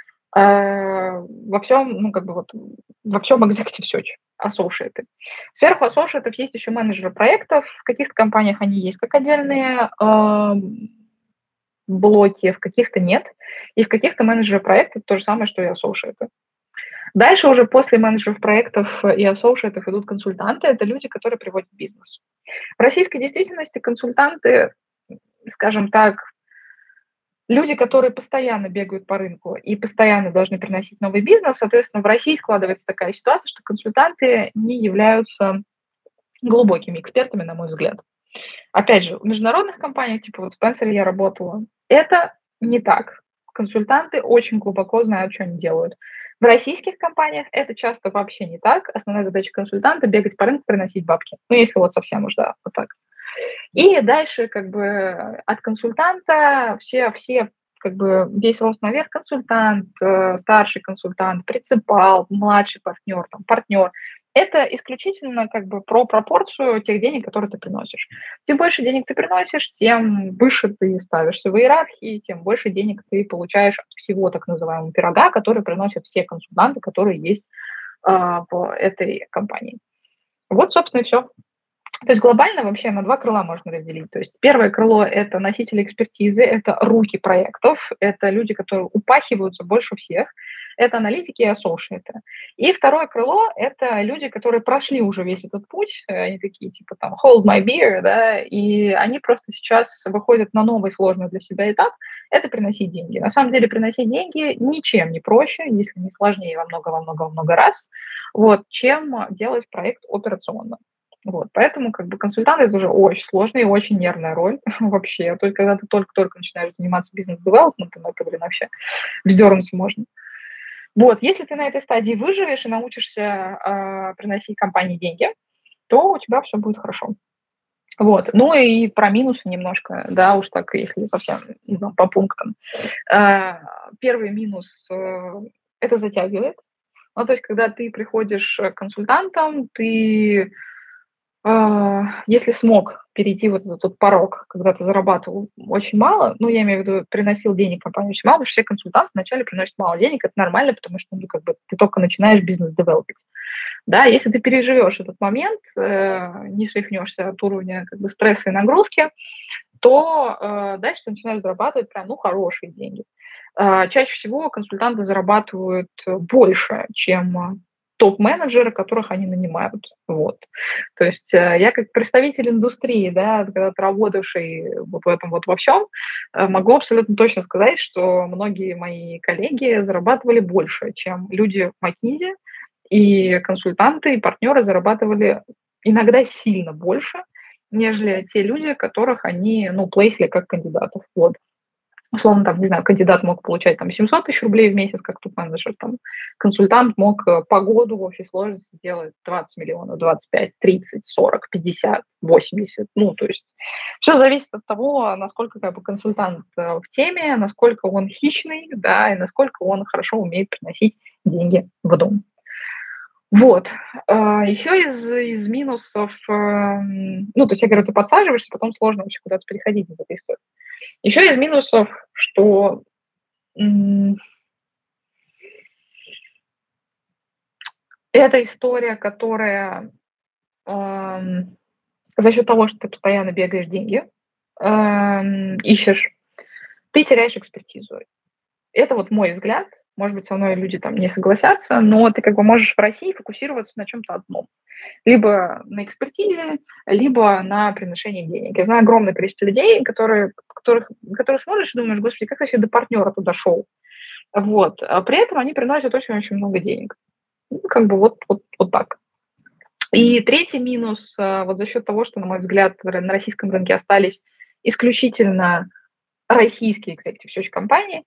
Speaker 2: а, во всем, ну, как бы вот, во всем executive search, associate. Сверху associate есть еще менеджеры проектов. В каких-то компаниях они есть как отдельные ам, блоки, в каких-то нет. И в каких-то менеджеры проектов то же самое, что и associate. Дальше уже после менеджеров проектов и associate идут консультанты. Это люди, которые приводят бизнес. В российской действительности консультанты, скажем так, люди, которые постоянно бегают по рынку и постоянно должны приносить новый бизнес. Соответственно, в России складывается такая ситуация, что консультанты не являются глубокими экспертами, на мой взгляд. Опять же, в международных компаниях, типа вот в Spencer я работала, это не так. Консультанты очень глубоко знают, что они делают. В российских компаниях это часто вообще не так. Основная задача консультанта — бегать по рынку, приносить бабки. Ну, если вот совсем уж, да, вот так. И дальше как бы от консультанта все, все как бы весь рост наверх — консультант, э, старший консультант, принципал, младший партнер, там, партнер. Это исключительно как бы про пропорцию тех денег, которые ты приносишь. Чем больше денег ты приносишь, тем выше ты ставишься в иерархии, тем больше денег ты получаешь от всего так называемого пирога, который приносят все консультанты, которые есть а, в этой компании. Вот, собственно, и все. То есть глобально вообще на два крыла можно разделить. То есть первое крыло — это носители экспертизы, это руки проектов, это люди, которые упахиваются больше всех, это аналитики и ассоциаты. И второе крыло — это люди, которые прошли уже весь этот путь, э, они такие типа там hold my beer, да, и они просто сейчас выходят на новый сложный для себя этап — это приносить деньги. На самом деле приносить деньги ничем не проще, если не сложнее во много-во-много-во много раз, вот, чем делать проект операционно. Вот, поэтому как бы консультант — это уже очень сложная и очень нервная роль вообще. То есть когда ты только-только начинаешь заниматься бизнес-девелопментом, это, блин, вообще вздернуться можно. Вот, если ты на этой стадии выживешь и научишься э, приносить компании деньги, то у тебя все будет хорошо. Вот. Ну и про минусы немножко, да, уж так, если совсем ну, по пунктам. Э, Первый минус э, — это затягивает. Ну, то есть, когда ты приходишь к консультантам, ты а, если смог перейти вот этот вот порог, когда ты зарабатывал очень мало, ну, я имею в виду, приносил денег компании очень мало, потому что все консультанты вначале приносят мало денег, это нормально, потому что, ну, как бы ты только начинаешь бизнес-девелопить. Да, если ты переживешь этот момент, э, не свихнешься от уровня как бы стресса и нагрузки, то э, дальше ты начинаешь зарабатывать прям, ну, хорошие деньги. Э, чаще всего консультанты зарабатывают больше, чем э, топ-менеджеры, которых они нанимают. Вот. То есть э, я как представитель индустрии, да, когда-то работавший вот в этом вот во всем, э, могу абсолютно точно сказать, что многие мои коллеги зарабатывали больше, чем люди в McKinsey, и консультанты, и партнеры зарабатывали иногда сильно больше, нежели те люди, которых они, ну, плейсили как кандидатов. Вот. Условно, там, не знаю, кандидат мог получать там семьсот тысяч рублей в месяц, как топ-менеджер, там, консультант мог э, по году в общей сложности делать двадцать миллионов, двадцать пять, тридцать, сорок, пятьдесят, восемьдесят. Ну, то есть все зависит от того, насколько как бы консультант э, в теме, насколько он хищный, да, и насколько он хорошо умеет приносить деньги в дом. Вот. А, еще из из минусов, эм, ну, то есть я говорю, ты подсаживаешься, потом сложно вообще куда-то переходить из этой истории. Еще из минусов, что м, это история, которая ам, за счет того, что ты постоянно бегаешь деньги, ам, ищешь, ты теряешь экспертизу. Это вот мой взгляд. Может быть, со мной люди там не согласятся, но ты как бы можешь в России фокусироваться на чем-то одном. Либо на экспертизе, либо на приношении денег. Я знаю огромное количество людей, которые, которых, которые смотришь и думаешь, господи, как я вообще до партнера туда шел? Вот. А при этом они приносят очень-очень много денег. Ну, как бы вот, вот, вот так. И третий минус, а, вот за счет того, что, на мой взгляд, на российском рынке остались исключительно российские executive search компании,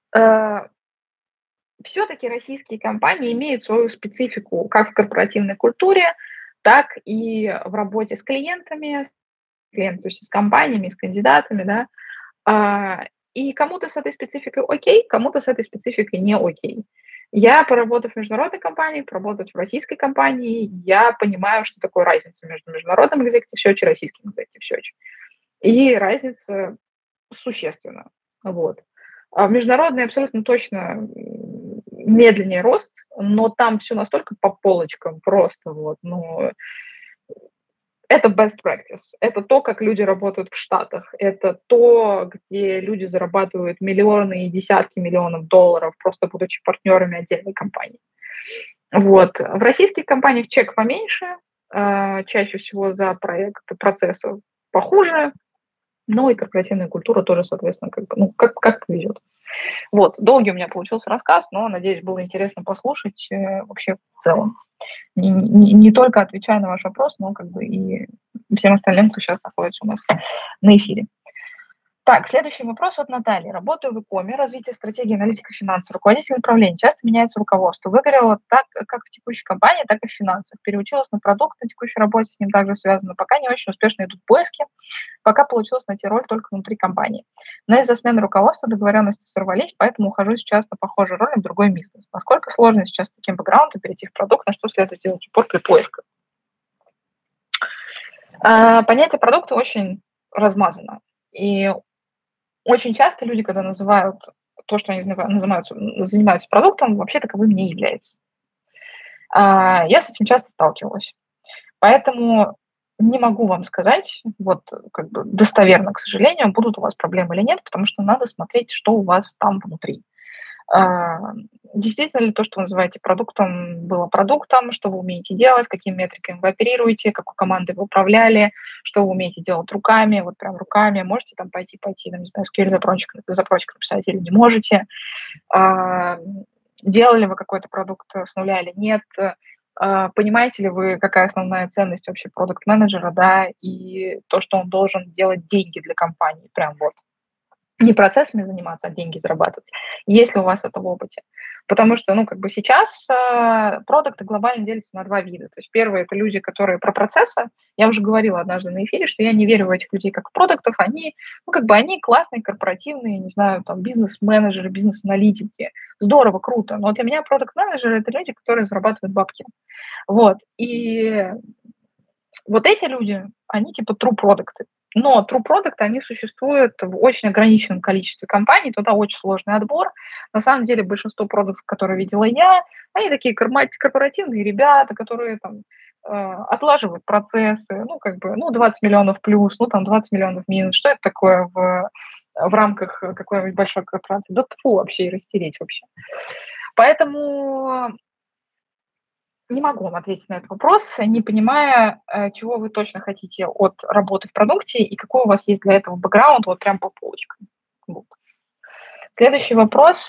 Speaker 2: все-таки российские компании имеют свою специфику как в корпоративной культуре, так и в работе с клиентами, клиент, то есть с компаниями, с кандидатами, да. А, И кому-то с этой спецификой окей, кому-то с этой спецификой не окей. Я, поработав в международной компании, поработав в российской компании, я понимаю, что такое разница между международным executive search и российским executive search. И разница существенна. Вот. А в международной абсолютно точно медленнее рост, но там все настолько по полочкам просто вот, ну, это best practice. Это то, как люди работают в Штатах. Это то, где люди зарабатывают миллионы и десятки миллионов долларов, просто будучи партнерами отдельной компании. Вот. В российских компаниях чек поменьше, э, чаще всего за проект процессов похуже, но и корпоративная культура тоже, соответственно, как, бы, ну, как, как повезет. Вот. Долгий у меня получился рассказ, но, надеюсь, было интересно послушать э, вообще в целом. Не, не, не только отвечая на ваш вопрос, но как бы и всем остальным, кто сейчас находится у нас на эфире. Так, следующий вопрос от Натальи. Работаю в ИКОМе, развитие стратегии аналитика финансов, руководитель направления. Часто меняется руководство. Выгорело так, как в текущей компании, так и в финансах. Переучилась на продукт, на текущей работе с ним также связано. Пока не очень успешно идут поиски. Пока получилось найти роль только внутри компании. Но из-за смены руководства договоренности сорвались, поэтому ухожу сейчас на похожую роль в другой бизнес. Насколько сложно сейчас с таким бэкграундом перейти в продукт, на что следует делать упор при поисках? А, понятие продукта очень размазано. И очень часто люди, когда называют то, что они называются, занимаются продуктом, вообще таковым не является. А, я с этим часто сталкивалась. Поэтому не могу вам сказать, вот как бы достоверно, к сожалению, будут у вас проблемы или нет, потому что надо смотреть, что у вас там внутри. А, действительно ли то, что вы называете продуктом, было продуктом, что вы умеете делать, какими метриками вы оперируете, какой командой вы управляли, что вы умеете делать руками, вот прям руками, можете там пойти, пойти, там, не знаю, эс кью эль-запросик, запросик написать или не можете, а, делали вы какой-то продукт с нуля или нет, а, понимаете ли вы, какая основная ценность вообще продукт-менеджера, да, и то, что он должен делать деньги для компании, прям вот. Не процессами заниматься, а деньги зарабатывать, есть ли у вас это в опыте. Потому что, ну, как бы сейчас э, продукты глобально делятся на два вида. То есть первый – это люди, которые про процессы. Я уже говорила однажды на эфире, что я не верю в этих людей как в продуктов. Они, ну, как бы они классные, корпоративные, не знаю, там, бизнес-менеджеры, бизнес-аналитики. Здорово, круто. Но для меня продукт-менеджеры – это люди, которые зарабатывают бабки. Вот. И вот эти люди, они типа true продукты. Но true продукты, они существуют в очень ограниченном количестве компаний, туда очень сложный отбор. На самом деле большинство продуктов, которые видела я, они такие корпоративные ребята, которые там э, отлаживают процессы, ну, как бы, ну, двадцать миллионов плюс, ну, там, двадцать миллионов минус. Что это такое в, в рамках какой-нибудь большой корпорации? Да тьфу вообще, и растереть вообще. Поэтому не могу вам ответить на этот вопрос, не понимая, чего вы точно хотите от работы в продукте и какой у вас есть для этого бэкграунд, вот прям по полочкам. Вот. Следующий вопрос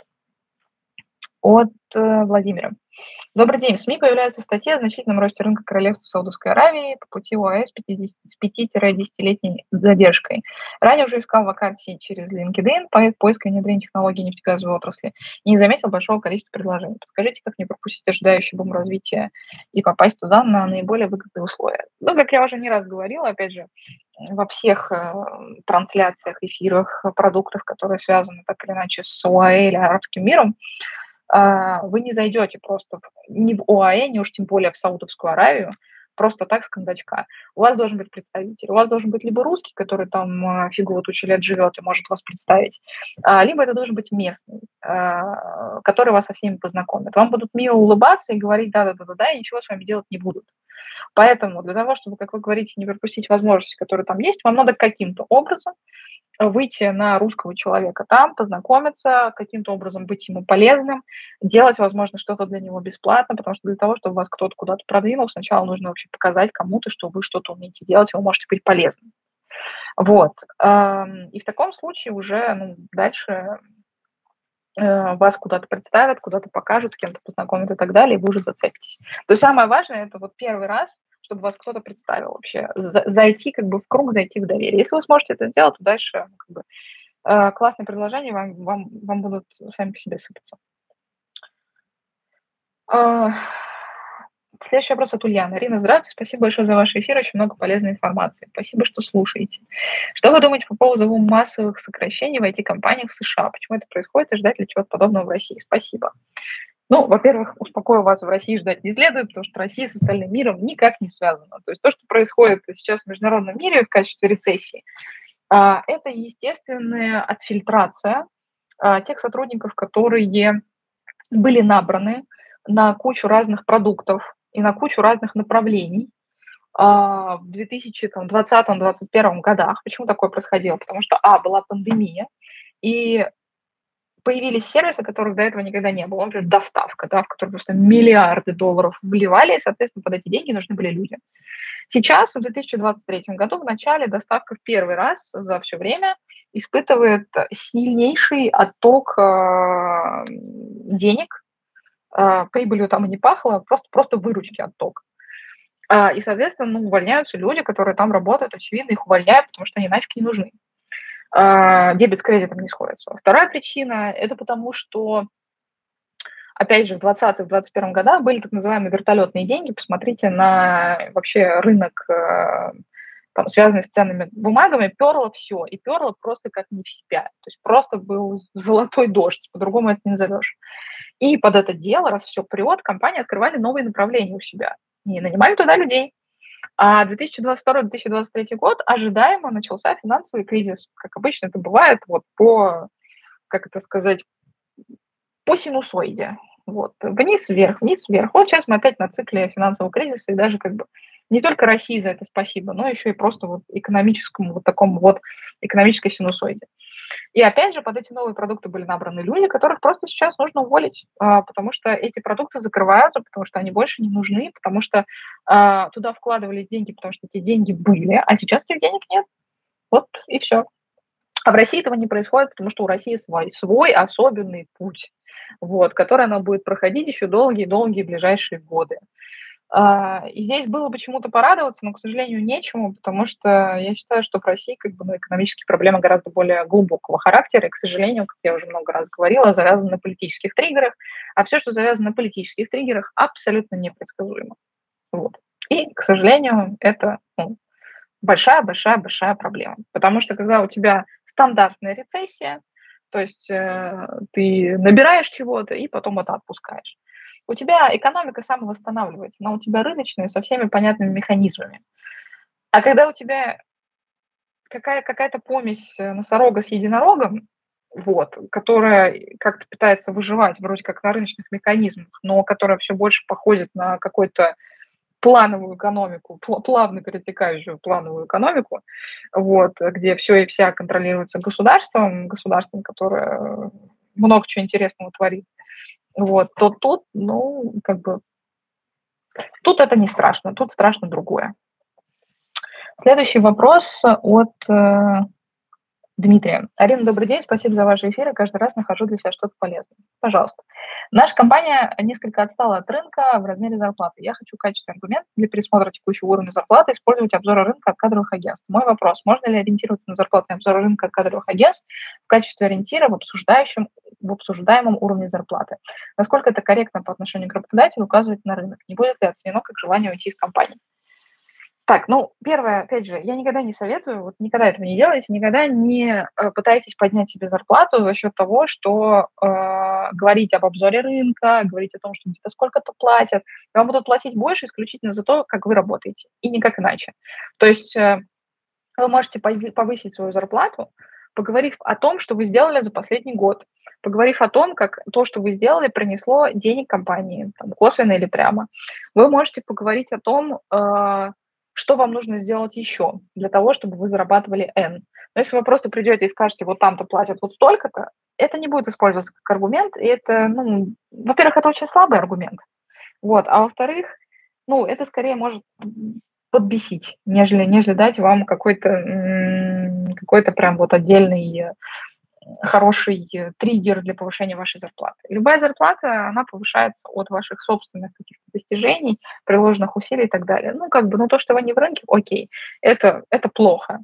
Speaker 2: от э, Владимира. Добрый день. В СМИ появляются статьи о значительном росте рынка Королевства Саудовской Аравии по пути ОАЭ с пяти-десятилетней задержкой. Ранее уже искал вакансии через LinkedIn по поиску и внедрения технологий нефтегазовой отрасли и не заметил большого количества предложений. Подскажите, как не пропустить ожидающий бум развития и попасть туда на наиболее выгодные условия? Ну, как я уже не раз говорила, опять же, во всех э, трансляциях, эфирах, продуктах, которые связаны так или иначе с ОАЭ или арабским миром, вы не зайдете просто ни в ОАЭ, ни уж тем более в Саудовскую Аравию, просто так с кондачка. У вас должен быть представитель. У вас должен быть либо русский, который там фигу вот тучу лет живет и может вас представить, либо это должен быть местный, который вас со всеми познакомит. Вам будут мило улыбаться и говорить да-да-да-да, и ничего с вами делать не будут. Поэтому для того, чтобы, как вы говорите, не пропустить возможности, которые там есть, вам надо каким-то образом выйти на русского человека там, познакомиться, каким-то образом быть ему полезным, делать, возможно, что-то для него бесплатно, потому что для того, чтобы вас кто-то куда-то продвинул, сначала нужно вообще показать кому-то, что вы что-то умеете делать, и вы можете быть полезным. Вот. И в таком случае уже ну, дальше вас куда-то представят, куда-то покажут, с кем-то познакомят и так далее, и вы уже зацепитесь. То есть самое важное – это вот первый раз, чтобы вас кто-то представил вообще, зайти как бы в круг, зайти в доверие. Если вы сможете это сделать, то дальше как бы, э, классные предложения вам, вам, вам будут сами по себе сыпаться. Э, следующий вопрос от Ульяны. Ирина, здравствуйте, спасибо большое за ваш эфир, очень много полезной информации. Спасибо, что слушаете. Что вы думаете по поводу массовых сокращений в ай ти-компаниях в США? Почему это происходит и ждать ли чего-то подобного в России? Спасибо. Ну, во-первых, успокою вас, в России ждать не следует, потому что Россия с остальным миром никак не связана. То есть то, что происходит сейчас в международном мире в качестве рецессии, а, это естественная отфильтрация а, тех сотрудников, которые были набраны на кучу разных продуктов и на кучу разных направлений а, в две тысячи двадцатом — двадцать первом годах. Почему такое происходило? Потому что, а, была пандемия, и появились сервисы, которых до этого никогда не было. Например, доставка, да, в которую просто миллиарды долларов вливали, и, соответственно, под эти деньги нужны были люди. Сейчас, в две тысячи двадцать третьем году, в начале, доставка в первый раз за все время испытывает сильнейший отток э, денег. Э, прибылью там и не пахло, просто, просто выручки отток. Э, и, соответственно, ну, увольняются люди, которые там работают, очевидно, их увольняют, потому что они нафиг не нужны. Э, дебет с кредитом не сходится. Вторая причина – это потому, что опять же, в двадцатом — двадцать первом годах были так называемые вертолетные деньги. Посмотрите на вообще рынок, э, там, связанный с ценными бумагами, перло все. И перло просто как не в себя. То есть просто был золотой дождь, по-другому это не назовешь. И под это дело, раз все прет, компании открывали новые направления у себя и нанимали туда людей. А две тысячи двадцать второй — две тысячи двадцать третий год ожидаемо начался финансовый кризис. Как обычно это бывает, вот по, как это сказать, по синусоиде. Вот. Вниз, вверх, вниз, вверх. Вот сейчас мы опять на цикле финансового кризиса, и даже как бы не только России за это спасибо, но еще и просто вот экономическому вот такому вот экономической синусоиде. И опять же под эти новые продукты были набраны люди, которых просто сейчас нужно уволить, а, потому что эти продукты закрываются, потому что они больше не нужны, потому что а, туда вкладывались деньги, потому что эти деньги были, а сейчас этих денег нет. Вот и все. А в России этого не происходит, потому что у России свой, свой особенный путь, вот, который она будет проходить еще долгие-долгие ближайшие годы. А, и здесь было почему-то порадоваться, но, к сожалению, нечему, потому что я считаю, что в России как бы, ну, экономические проблемы гораздо более глубокого характера, и, к сожалению, как я уже много раз говорила, завязаны на политических триггерах, а все, что завязано на политических триггерах, абсолютно непредсказуемо. Вот. И, к сожалению, это ну, большая-большая-большая проблема. Потому что когда у тебя стандартная рецессия, то есть э, ты набираешь чего-то и потом это отпускаешь. У тебя экономика самовосстанавливается, но у тебя рыночная со всеми понятными механизмами. А когда у тебя какая, какая-то помесь э, носорога с единорогом, вот, которая как-то пытается выживать вроде как на рыночных механизмах, но которая все больше походит на какой-то плановую экономику, плавно перетекающую в плановую экономику, вот, где все и вся контролируется государством, государством, которое много чего интересного творит, вот, то тут, ну, как бы, тут это не страшно, тут страшно другое. Следующий вопрос от э, Дмитрия. Арина, добрый день, спасибо за ваши эфиры. Каждый раз нахожу для себя что-то полезное. Пожалуйста. Наша компания несколько отстала от рынка в размере зарплаты. Я хочу качественный аргумент для пересмотра текущего уровня зарплаты использовать обзоры рынка от кадровых агентств. Мой вопрос. Можно ли ориентироваться на зарплатные обзоры рынка от кадровых агентств в качестве ориентира в, обсуждающем, в обсуждаемом уровне зарплаты? Насколько это корректно по отношению к работодателю указывать на рынок? Не будет ли оценено как желание уйти из компании? Так, ну, первое, опять же, я никогда не советую, вот никогда этого не делайте, никогда не э, пытайтесь поднять себе зарплату за счет того, что э, говорить об обзоре рынка, говорить о том, что где-то сколько-то платят. И вам будут платить больше исключительно за то, как вы работаете, и никак иначе. То есть э, вы можете пови- повысить свою зарплату, поговорив о том, что вы сделали за последний год, поговорив о том, как то, что вы сделали, принесло денег компании, там, косвенно или прямо. Вы можете поговорить о том, э, что вам нужно сделать еще для того, чтобы вы зарабатывали N. Но если вы просто придете и скажете, вот там-то платят вот столько-то, это не будет использоваться как аргумент, и это, ну, во-первых, это очень слабый аргумент, вот, а во-вторых, ну, это скорее может подбесить, нежели, нежели дать вам какой-то, м, какой-то прям вот отдельный э, хороший э, триггер для повышения вашей зарплаты. Любая зарплата, она повышается от ваших собственных каких-то достижений, приложенных усилий и так далее. Ну, как бы, ну, то, что вы не в рынке, окей, это, это плохо.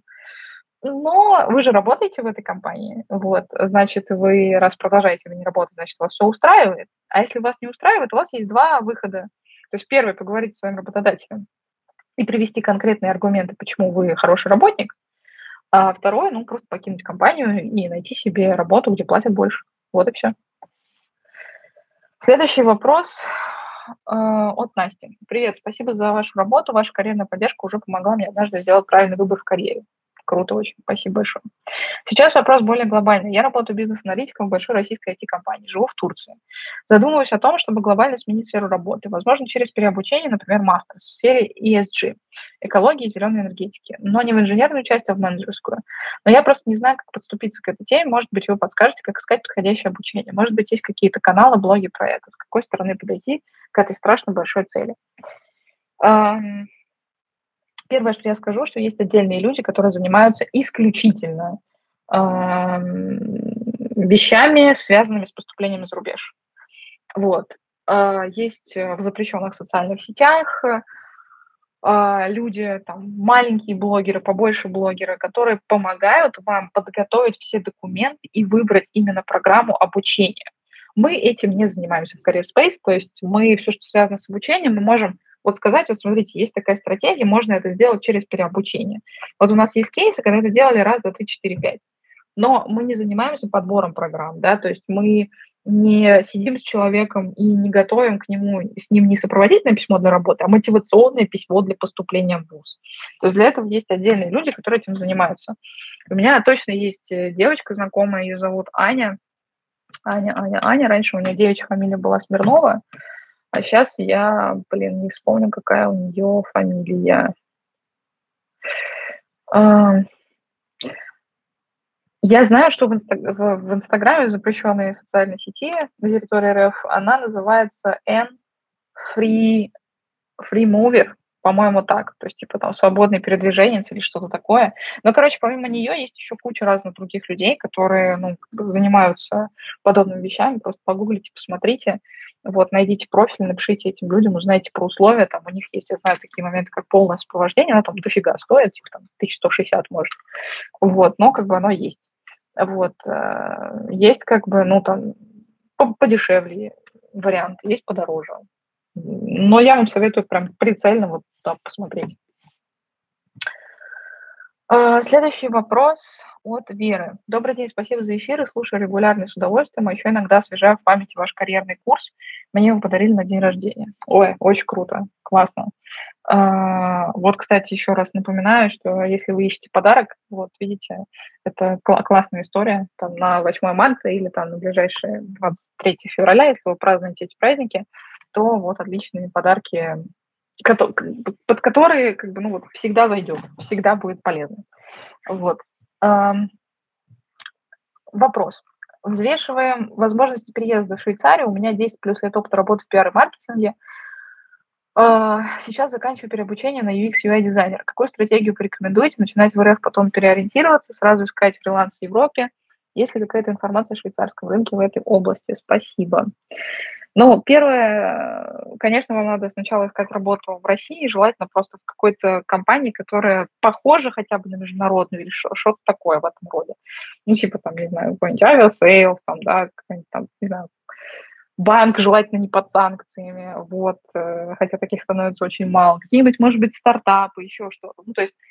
Speaker 2: Но вы же работаете в этой компании, вот, значит, вы, раз продолжаете вы не работать, значит, вас все устраивает. А если вас не устраивает, у вас есть два выхода. То есть первый – поговорить с своим работодателем и привести конкретные аргументы, почему вы хороший работник, а второе, ну, просто покинуть компанию и найти себе работу, где платят больше. Вот и все. Следующий вопрос э, от Насти. Привет, спасибо за вашу работу. Ваша карьерная поддержка уже помогла мне однажды сделать правильный выбор в карьере. Круто очень, спасибо большое. Сейчас вопрос более глобальный. Я работаю бизнес-аналитиком в большой российской ай ти-компании, живу в Турции. Задумываюсь о том, чтобы глобально сменить сферу работы, возможно, через переобучение, например, мастер в сфере и эс джи, экологии и зеленой энергетики, но не в инженерную часть, а в менеджерскую. Но я просто не знаю, как подступиться к этой теме. Может быть, вы подскажете, как искать подходящее обучение. Может быть, есть какие-то каналы, блоги про это. С какой стороны подойти к этой страшно большой цели. Ам, Первое, что я скажу, что есть отдельные люди, которые занимаются исключительно ам, вещами, связанными с поступлением за рубеж. Вот. А, Есть э, в запрещенных социальных сетях а, люди, там, маленькие блогеры, побольше блогеры, которые помогают вам подготовить все документы и выбрать именно программу обучения. Мы этим не занимаемся в Career Space, то есть мы все, что связано с обучением, мы можем вот сказать, вот смотрите, есть такая стратегия, можно это сделать через переобучение. Вот у нас есть кейсы, когда это делали раз, два, три, четыре, пять. Но мы не занимаемся подбором программ, да, то есть мы не сидим с человеком и не готовим к нему, с ним не сопроводительное письмо для работы, а мотивационное письмо для поступления в вуз. То есть для этого есть отдельные люди, которые этим занимаются. У меня точно есть э, девочка знакомая, ее зовут Аня. Аня, Аня, Аня. Раньше у нее девичья фамилия была Смирнова, а сейчас я, блин, не вспомню, какая у нее фамилия. А, Я знаю, что в, инста- в- в Инстаграме, запрещенной социальной сети на территории эр эф, она называется N Free, Free Mover, по-моему, так. То есть, типа, там, свободный передвиженец или что-то такое. Но, короче, помимо нее есть еще куча разных других людей, которые, ну, как бы занимаются подобными вещами. Просто погуглите, посмотрите. Вот, найдите профиль, напишите этим людям, узнайте про условия. Там у них есть, я знаю, такие моменты, как полное сопровождение, оно там дофига стоит, типа, там, тысяча сто шестьдесят может. Вот, но как бы оно есть. Вот. э, Есть как бы, ну, там, по- подешевле варианты, есть подороже. Но я вам советую прям прицельно вот туда посмотреть. А, Следующий вопрос от Веры. Добрый день, спасибо за эфир и слушаю регулярно и с удовольствием, а еще иногда освежаю в памяти ваш карьерный курс. Мне его подарили на день рождения. Ой, очень круто, классно. А, Вот, кстати, еще раз напоминаю, что если вы ищете подарок, вот видите, это кла- классная история там, на восьмое марта или там на ближайшее двадцать третье февраля, если вы празднуете эти праздники, то вот отличные подарки, кото- к- под которые как бы, ну, вот, всегда зайдет, всегда будет полезно. Вот. Ам, Вопрос. Взвешиваем возможности переезда в Швейцарию. У меня десять плюс лет опыта работы в пиар и маркетинге. А, Сейчас заканчиваю переобучение на ю экс ю ай дизайнер. Какую стратегию порекомендуете? Начинать в эр эф, потом переориентироваться, сразу искать фриланс в Европе? Есть ли какая-то информация о швейцарском рынке в этой области? Спасибо. Ну, первое, конечно, вам надо сначала искать работу в России, желательно просто в какой-то компании, которая похожа хотя бы на международную или шо- что-то такое в этом роде. Ну, типа, там, не знаю, какой-нибудь авиасейлс, там, да, какой-нибудь там, не знаю, банк, желательно не под санкциями, вот, э, хотя таких становится очень мало. Какие-нибудь, может быть, стартапы, еще что-то. Ну, то есть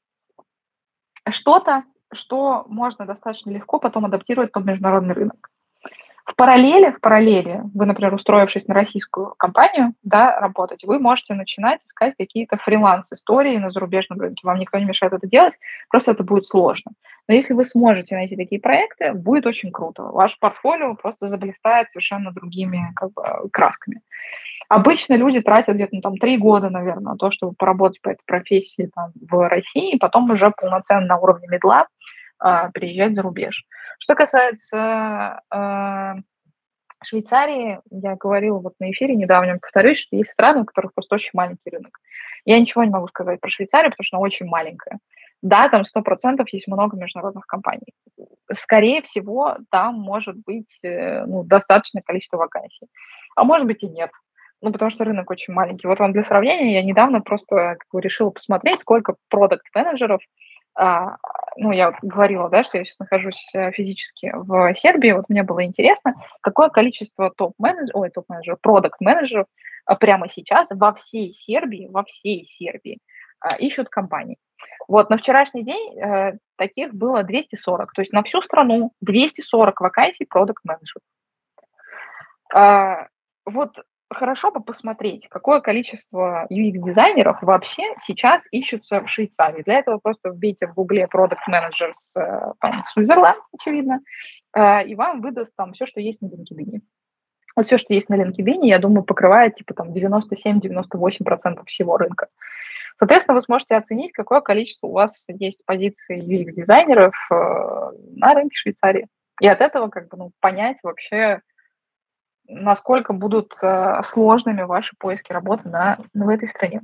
Speaker 2: что-то, что можно достаточно легко потом адаптировать под международный рынок. В параллели, в параллели, вы, например, устроившись на российскую компанию, да, работать, вы можете начинать искать какие-то фриланс-истории на зарубежном рынке. Вам никто не мешает это делать, просто это будет сложно. Но если вы сможете найти такие проекты, будет очень круто. Ваше портфолио просто заблистает совершенно другими как бы, красками. Обычно люди тратят где-то ну, там три года, наверное, на то, чтобы поработать по этой профессии там, в России, и потом уже полноценно на уровне медла а, переезжать за рубеж. Что касается а, Швейцарии, я говорила вот на эфире недавнем, повторюсь, что есть страны, у которых просто очень маленький рынок. Я ничего не могу сказать про Швейцарию, потому что она очень маленькая. Да, там сто процентов есть много международных компаний. Скорее всего, там может быть э, ну, достаточное количество вакансий. А может быть и нет. Ну, потому что рынок очень маленький. Вот вам для сравнения, я недавно просто как бы, решила посмотреть, сколько продакт-менеджеров, а, ну, я вот говорила, да, что я сейчас нахожусь э, физически в Сербии, вот мне было интересно, какое количество топ-менеджеров, ой, топ-менеджеров, продакт-менеджеров а, прямо сейчас во всей Сербии, во всей Сербии а, ищут компании. Вот на вчерашний день э, таких было двести сорок, то есть на всю страну двести сорок вакансий продакт-менеджеров. А, вот хорошо бы посмотреть, какое количество ю экс-дизайнеров вообще сейчас ищутся в Швейцарии. Для этого просто вбейте в гугле Product Managers э, там, Switzerland, очевидно, э, и вам выдаст там все, что есть на LinkedIn. Вот все, что есть на LinkedIn, я думаю, покрывает типа там девяносто семь - девяносто восемь процентов всего рынка. Соответственно, вы сможете оценить, какое количество у вас есть позиций ю экс-дизайнеров э, на рынке Швейцарии. И от этого как бы ну, понять вообще, насколько будут э, сложными ваши поиски работы на, в этой стране.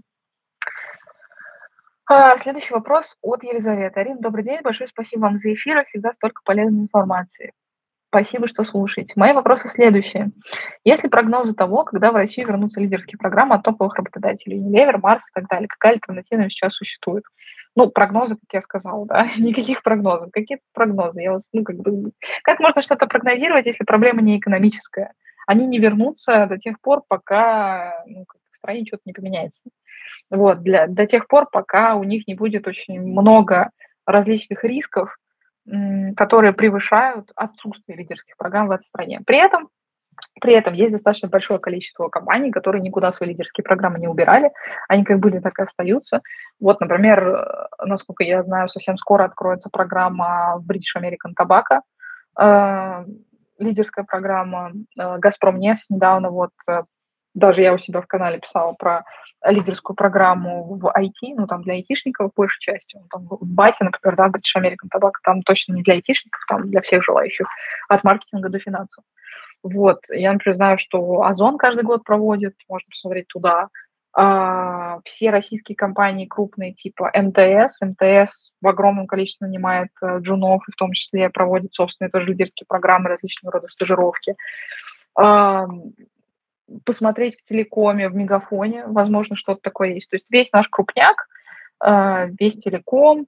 Speaker 2: А, следующий вопрос от Елизаветы. Арина, добрый день, большое спасибо вам за эфир, всегда столько полезной информации. Спасибо, что слушаете. Мои вопросы следующие. Есть ли прогнозы того, когда в Россию вернутся лидерские программы от топовых работодателей? Unilever, Марс и так далее. Какая альтернатива сейчас существует? Ну, прогнозы, как я сказала, да, никаких прогнозов. Какие прогнозы? Я вас, ну, как бы, как можно что-то прогнозировать, если проблема не экономическая? Они не вернутся до тех пор, пока ну, в стране что-то не поменяется. Вот, для, до тех пор, пока у них не будет очень много различных рисков, которые превышают отсутствие лидерских программ в этой стране. При этом, при этом есть достаточно большое количество компаний, которые никуда свои лидерские программы не убирали, они как были, так и остаются. Вот, например, насколько я знаю, совсем скоро откроется программа British American Tobacco, э, лидерская программа, э, Газпром нефть недавно вот э, даже я у себя в канале писала про лидерскую программу в ай ти, ну, там для айтишников большей частью. Там, в Бате, например, да, British American Tobacco, там точно не для айтишников, там для всех желающих, от маркетинга до финансов. Вот. Я, например, знаю, что Озон каждый год проводит, можно посмотреть туда. А, все российские компании крупные, типа эм тэ эс, эм тэ эс в огромном количестве нанимает э, джунов, и в том числе проводит собственные тоже лидерские программы, различного рода стажировки. А, посмотреть в телекоме, в Мегафоне, возможно, что-то такое есть. То есть весь наш крупняк, э, весь телеком,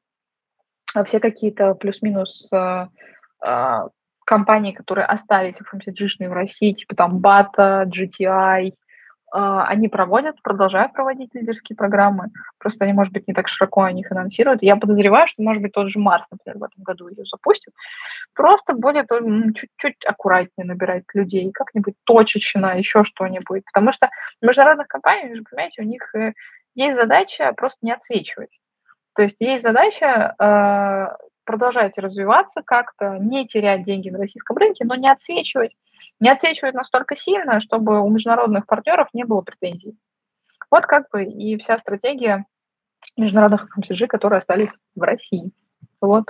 Speaker 2: а все какие-то плюс-минус э, э, компании, которые остались эф эм си джи-шные в России, типа там Бата, джи ти ай, а, они проводят, продолжают проводить лидерские программы. Просто они, может быть, не так широко о них анонсируют. Я подозреваю, что, может быть, тот же Марс, например, в этом году ее запустит. Просто будет м, чуть-чуть аккуратнее набирать людей, как-нибудь точечно, еще что-нибудь. Потому что в международных компаниях, вы же понимаете, у них э, есть задача просто не отсвечивать. То есть есть задача э, продолжать развиваться как-то, не терять деньги на российском рынке, но не отсвечивать. Не отсвечивать настолько сильно, чтобы у международных партнеров не было претензий. Вот как бы и вся стратегия международных эф эм си джи, которые остались в России. Вот.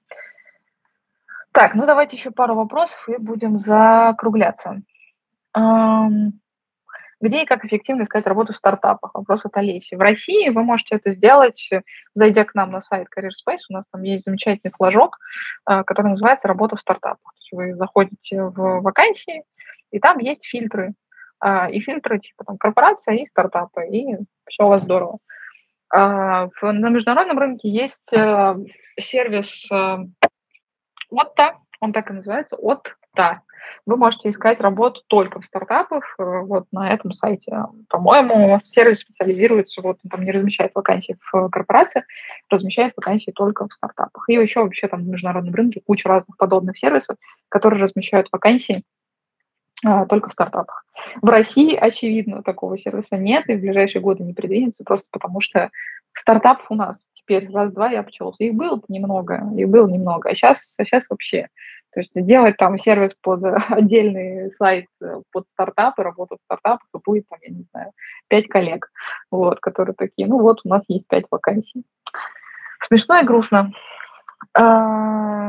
Speaker 2: Так, ну давайте еще пару вопросов и будем закругляться. Ам, Где и как эффективно искать работу в стартапах? Вопрос от Олеси. В России вы можете это сделать, э, зайдя к нам на сайт CareerSpace. У нас там есть замечательный флажок, э, который называется «Работа в стартапах». То есть вы заходите в вакансии, и там есть фильтры. А, И фильтры типа там корпорация и стартапы, и все у вас здорово. А, в- На международном рынке есть э, сервис э, Отта, он так и называется, Отта. Вы можете искать работу только в стартапах, э, вот на этом сайте. По-моему, сервис специализируется, вот он там не размещает вакансии в корпорациях, размещает вакансии только в стартапах. И еще вообще там на международном рынке куча разных подобных сервисов, которые размещают вакансии а, только в стартапах. В России, очевидно, такого сервиса нет и в ближайшие годы не придвинется, просто потому что стартапов у нас теперь раз-два и обчелся. Их было немного, их было немного, а сейчас, а сейчас вообще. То есть делать там сервис под отдельный сайт э, под стартапы, работать в стартапах, и будет там, я не знаю, пять коллег, вот, которые такие, ну вот, у нас есть пять вакансий. Смешно и грустно. А,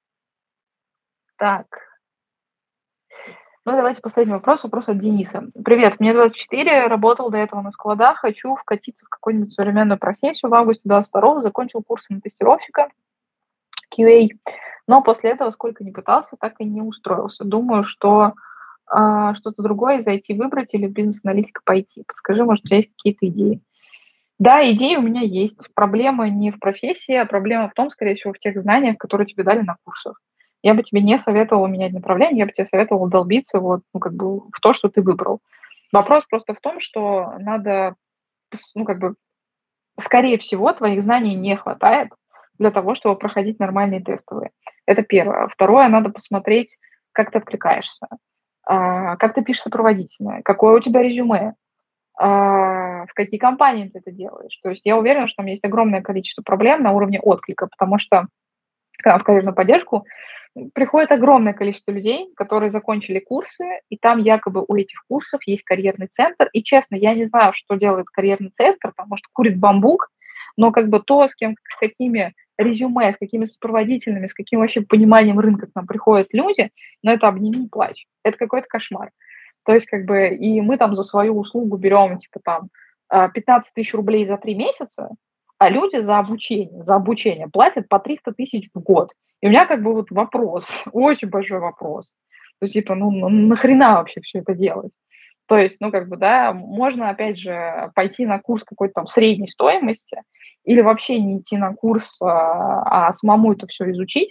Speaker 2: так, ну, давайте последний вопрос. Вопрос от Дениса. Привет, мне двадцать четыре, работал до этого на складах, хочу вкатиться в какую-нибудь современную профессию. В августе двадцать второго закончил курсы на тестировщика кью эй, но после этого, сколько ни пытался, так и не устроился. Думаю, что а, что-то другое из ай ти выбрать или в бизнес-аналитика пойти. Подскажи, может, у тебя есть какие-то идеи? Да, идеи у меня есть. Проблема не в профессии, а проблема в том, скорее всего, в тех знаниях, которые тебе дали на курсах. Я бы тебе не советовала менять направление, я бы тебе советовала долбиться вот, ну, как бы в то, что ты выбрал. Вопрос просто в том, что надо, ну, как бы, скорее всего, твоих знаний не хватает для того, чтобы проходить нормальные тестовые. Это первое. Второе, надо посмотреть, как ты откликаешься. а, как ты пишешь сопроводительное, какое у тебя резюме, а, в какие компании ты это делаешь. То есть я уверена, что там есть огромное количество проблем на уровне отклика, потому что к нам в карьерную поддержку приходит огромное количество людей, которые закончили курсы, и там якобы у этих курсов есть карьерный центр. И честно, я не знаю, что делает карьерный центр, потому что курит бамбук, но как бы то, с кем, с какими резюме, с какими сопроводительными, с каким вообще пониманием рынка к нам приходят люди, но это обними и плачь. Это какой-то кошмар. То есть как бы и мы там за свою услугу берем типа там а, пятнадцать тысяч рублей за три месяца, а люди за обучение, за обучение платят по триста тысяч в год. И у меня как бы вот вопрос, очень большой вопрос. То есть, типа, ну, ну нахрена вообще все это делать? То есть, ну, как бы, да, можно, опять же, пойти на курс какой-то там средней стоимости или вообще не идти на курс, а, а самому это все изучить.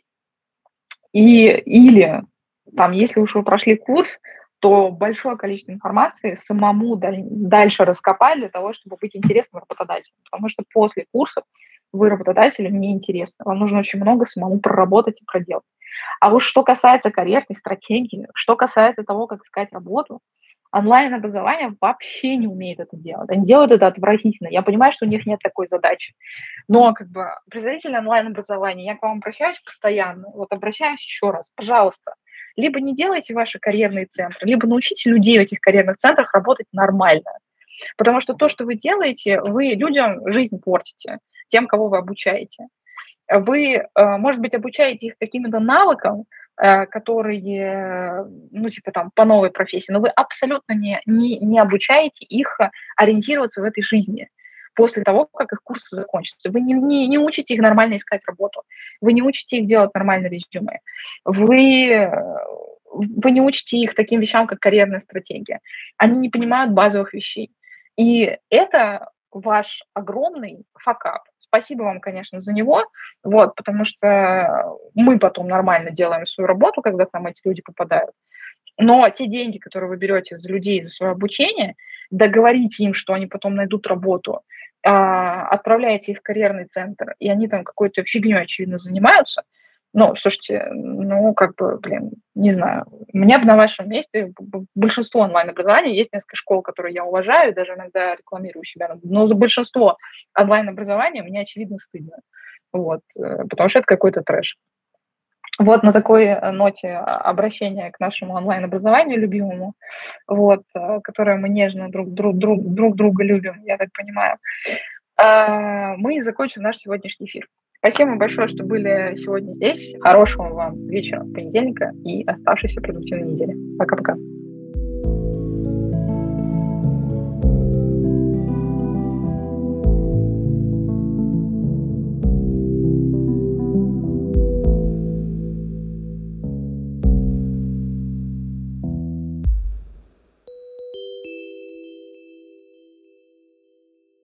Speaker 2: И, или, там, если уж вы прошли курс, то большое количество информации самому даль- дальше раскопать для того, чтобы быть интересным работодателем. Потому что после курсов вы работодателю не интересны. Вам нужно очень много самому проработать и проделать. А уж что касается карьерной стратегии, что касается того, как искать работу, онлайн-образование вообще не умеет это делать. Они делают это отвратительно. Я понимаю, что у них нет такой задачи. Но как бы представители онлайн-образования, я к вам обращаюсь постоянно, вот обращаюсь еще раз, пожалуйста, либо не делайте ваши карьерные центры, либо научите людей в этих карьерных центрах работать нормально. Потому что то, что вы делаете, вы людям жизнь портите, тем, кого вы обучаете. Вы, э, может быть, обучаете их каким-то навыкам, э, которые, ну, типа там, по новой профессии, но вы абсолютно не, не, не обучаете их ориентироваться в этой жизни после того, как их курсы закончатся. Вы не, не, не учите их нормально искать работу, вы не учите их делать нормальное резюме, вы, э, вы не учите их таким вещам, как карьерная стратегия. Они не понимают базовых вещей. И это ваш огромный факап. Спасибо вам, конечно, за него, вот, потому что мы потом нормально делаем свою работу, когда к нам эти люди попадают. Но те деньги, которые вы берете за людей, за свое обучение, договорите им, что они потом найдут работу, а, отправляете их в карьерный центр, и они там какой-то фигней, очевидно, занимаются. Ну, слушайте, ну, как бы, блин, не знаю. Мне бы на вашем месте большинство онлайн-образований, есть несколько школ, которые я уважаю, даже иногда рекламирую себя, но за большинство онлайн-образования мне, очевидно, стыдно. Вот, потому что это какой-то трэш. Вот на такой ноте обращения к нашему онлайн-образованию любимому, вот, которое мы нежно друг, друг, друг, друг друга любим, я так понимаю, мы закончим наш сегодняшний эфир. Спасибо большое, что были сегодня здесь. Хорошего вам вечера понедельника и оставшейся продуктивной недели. Пока-пока.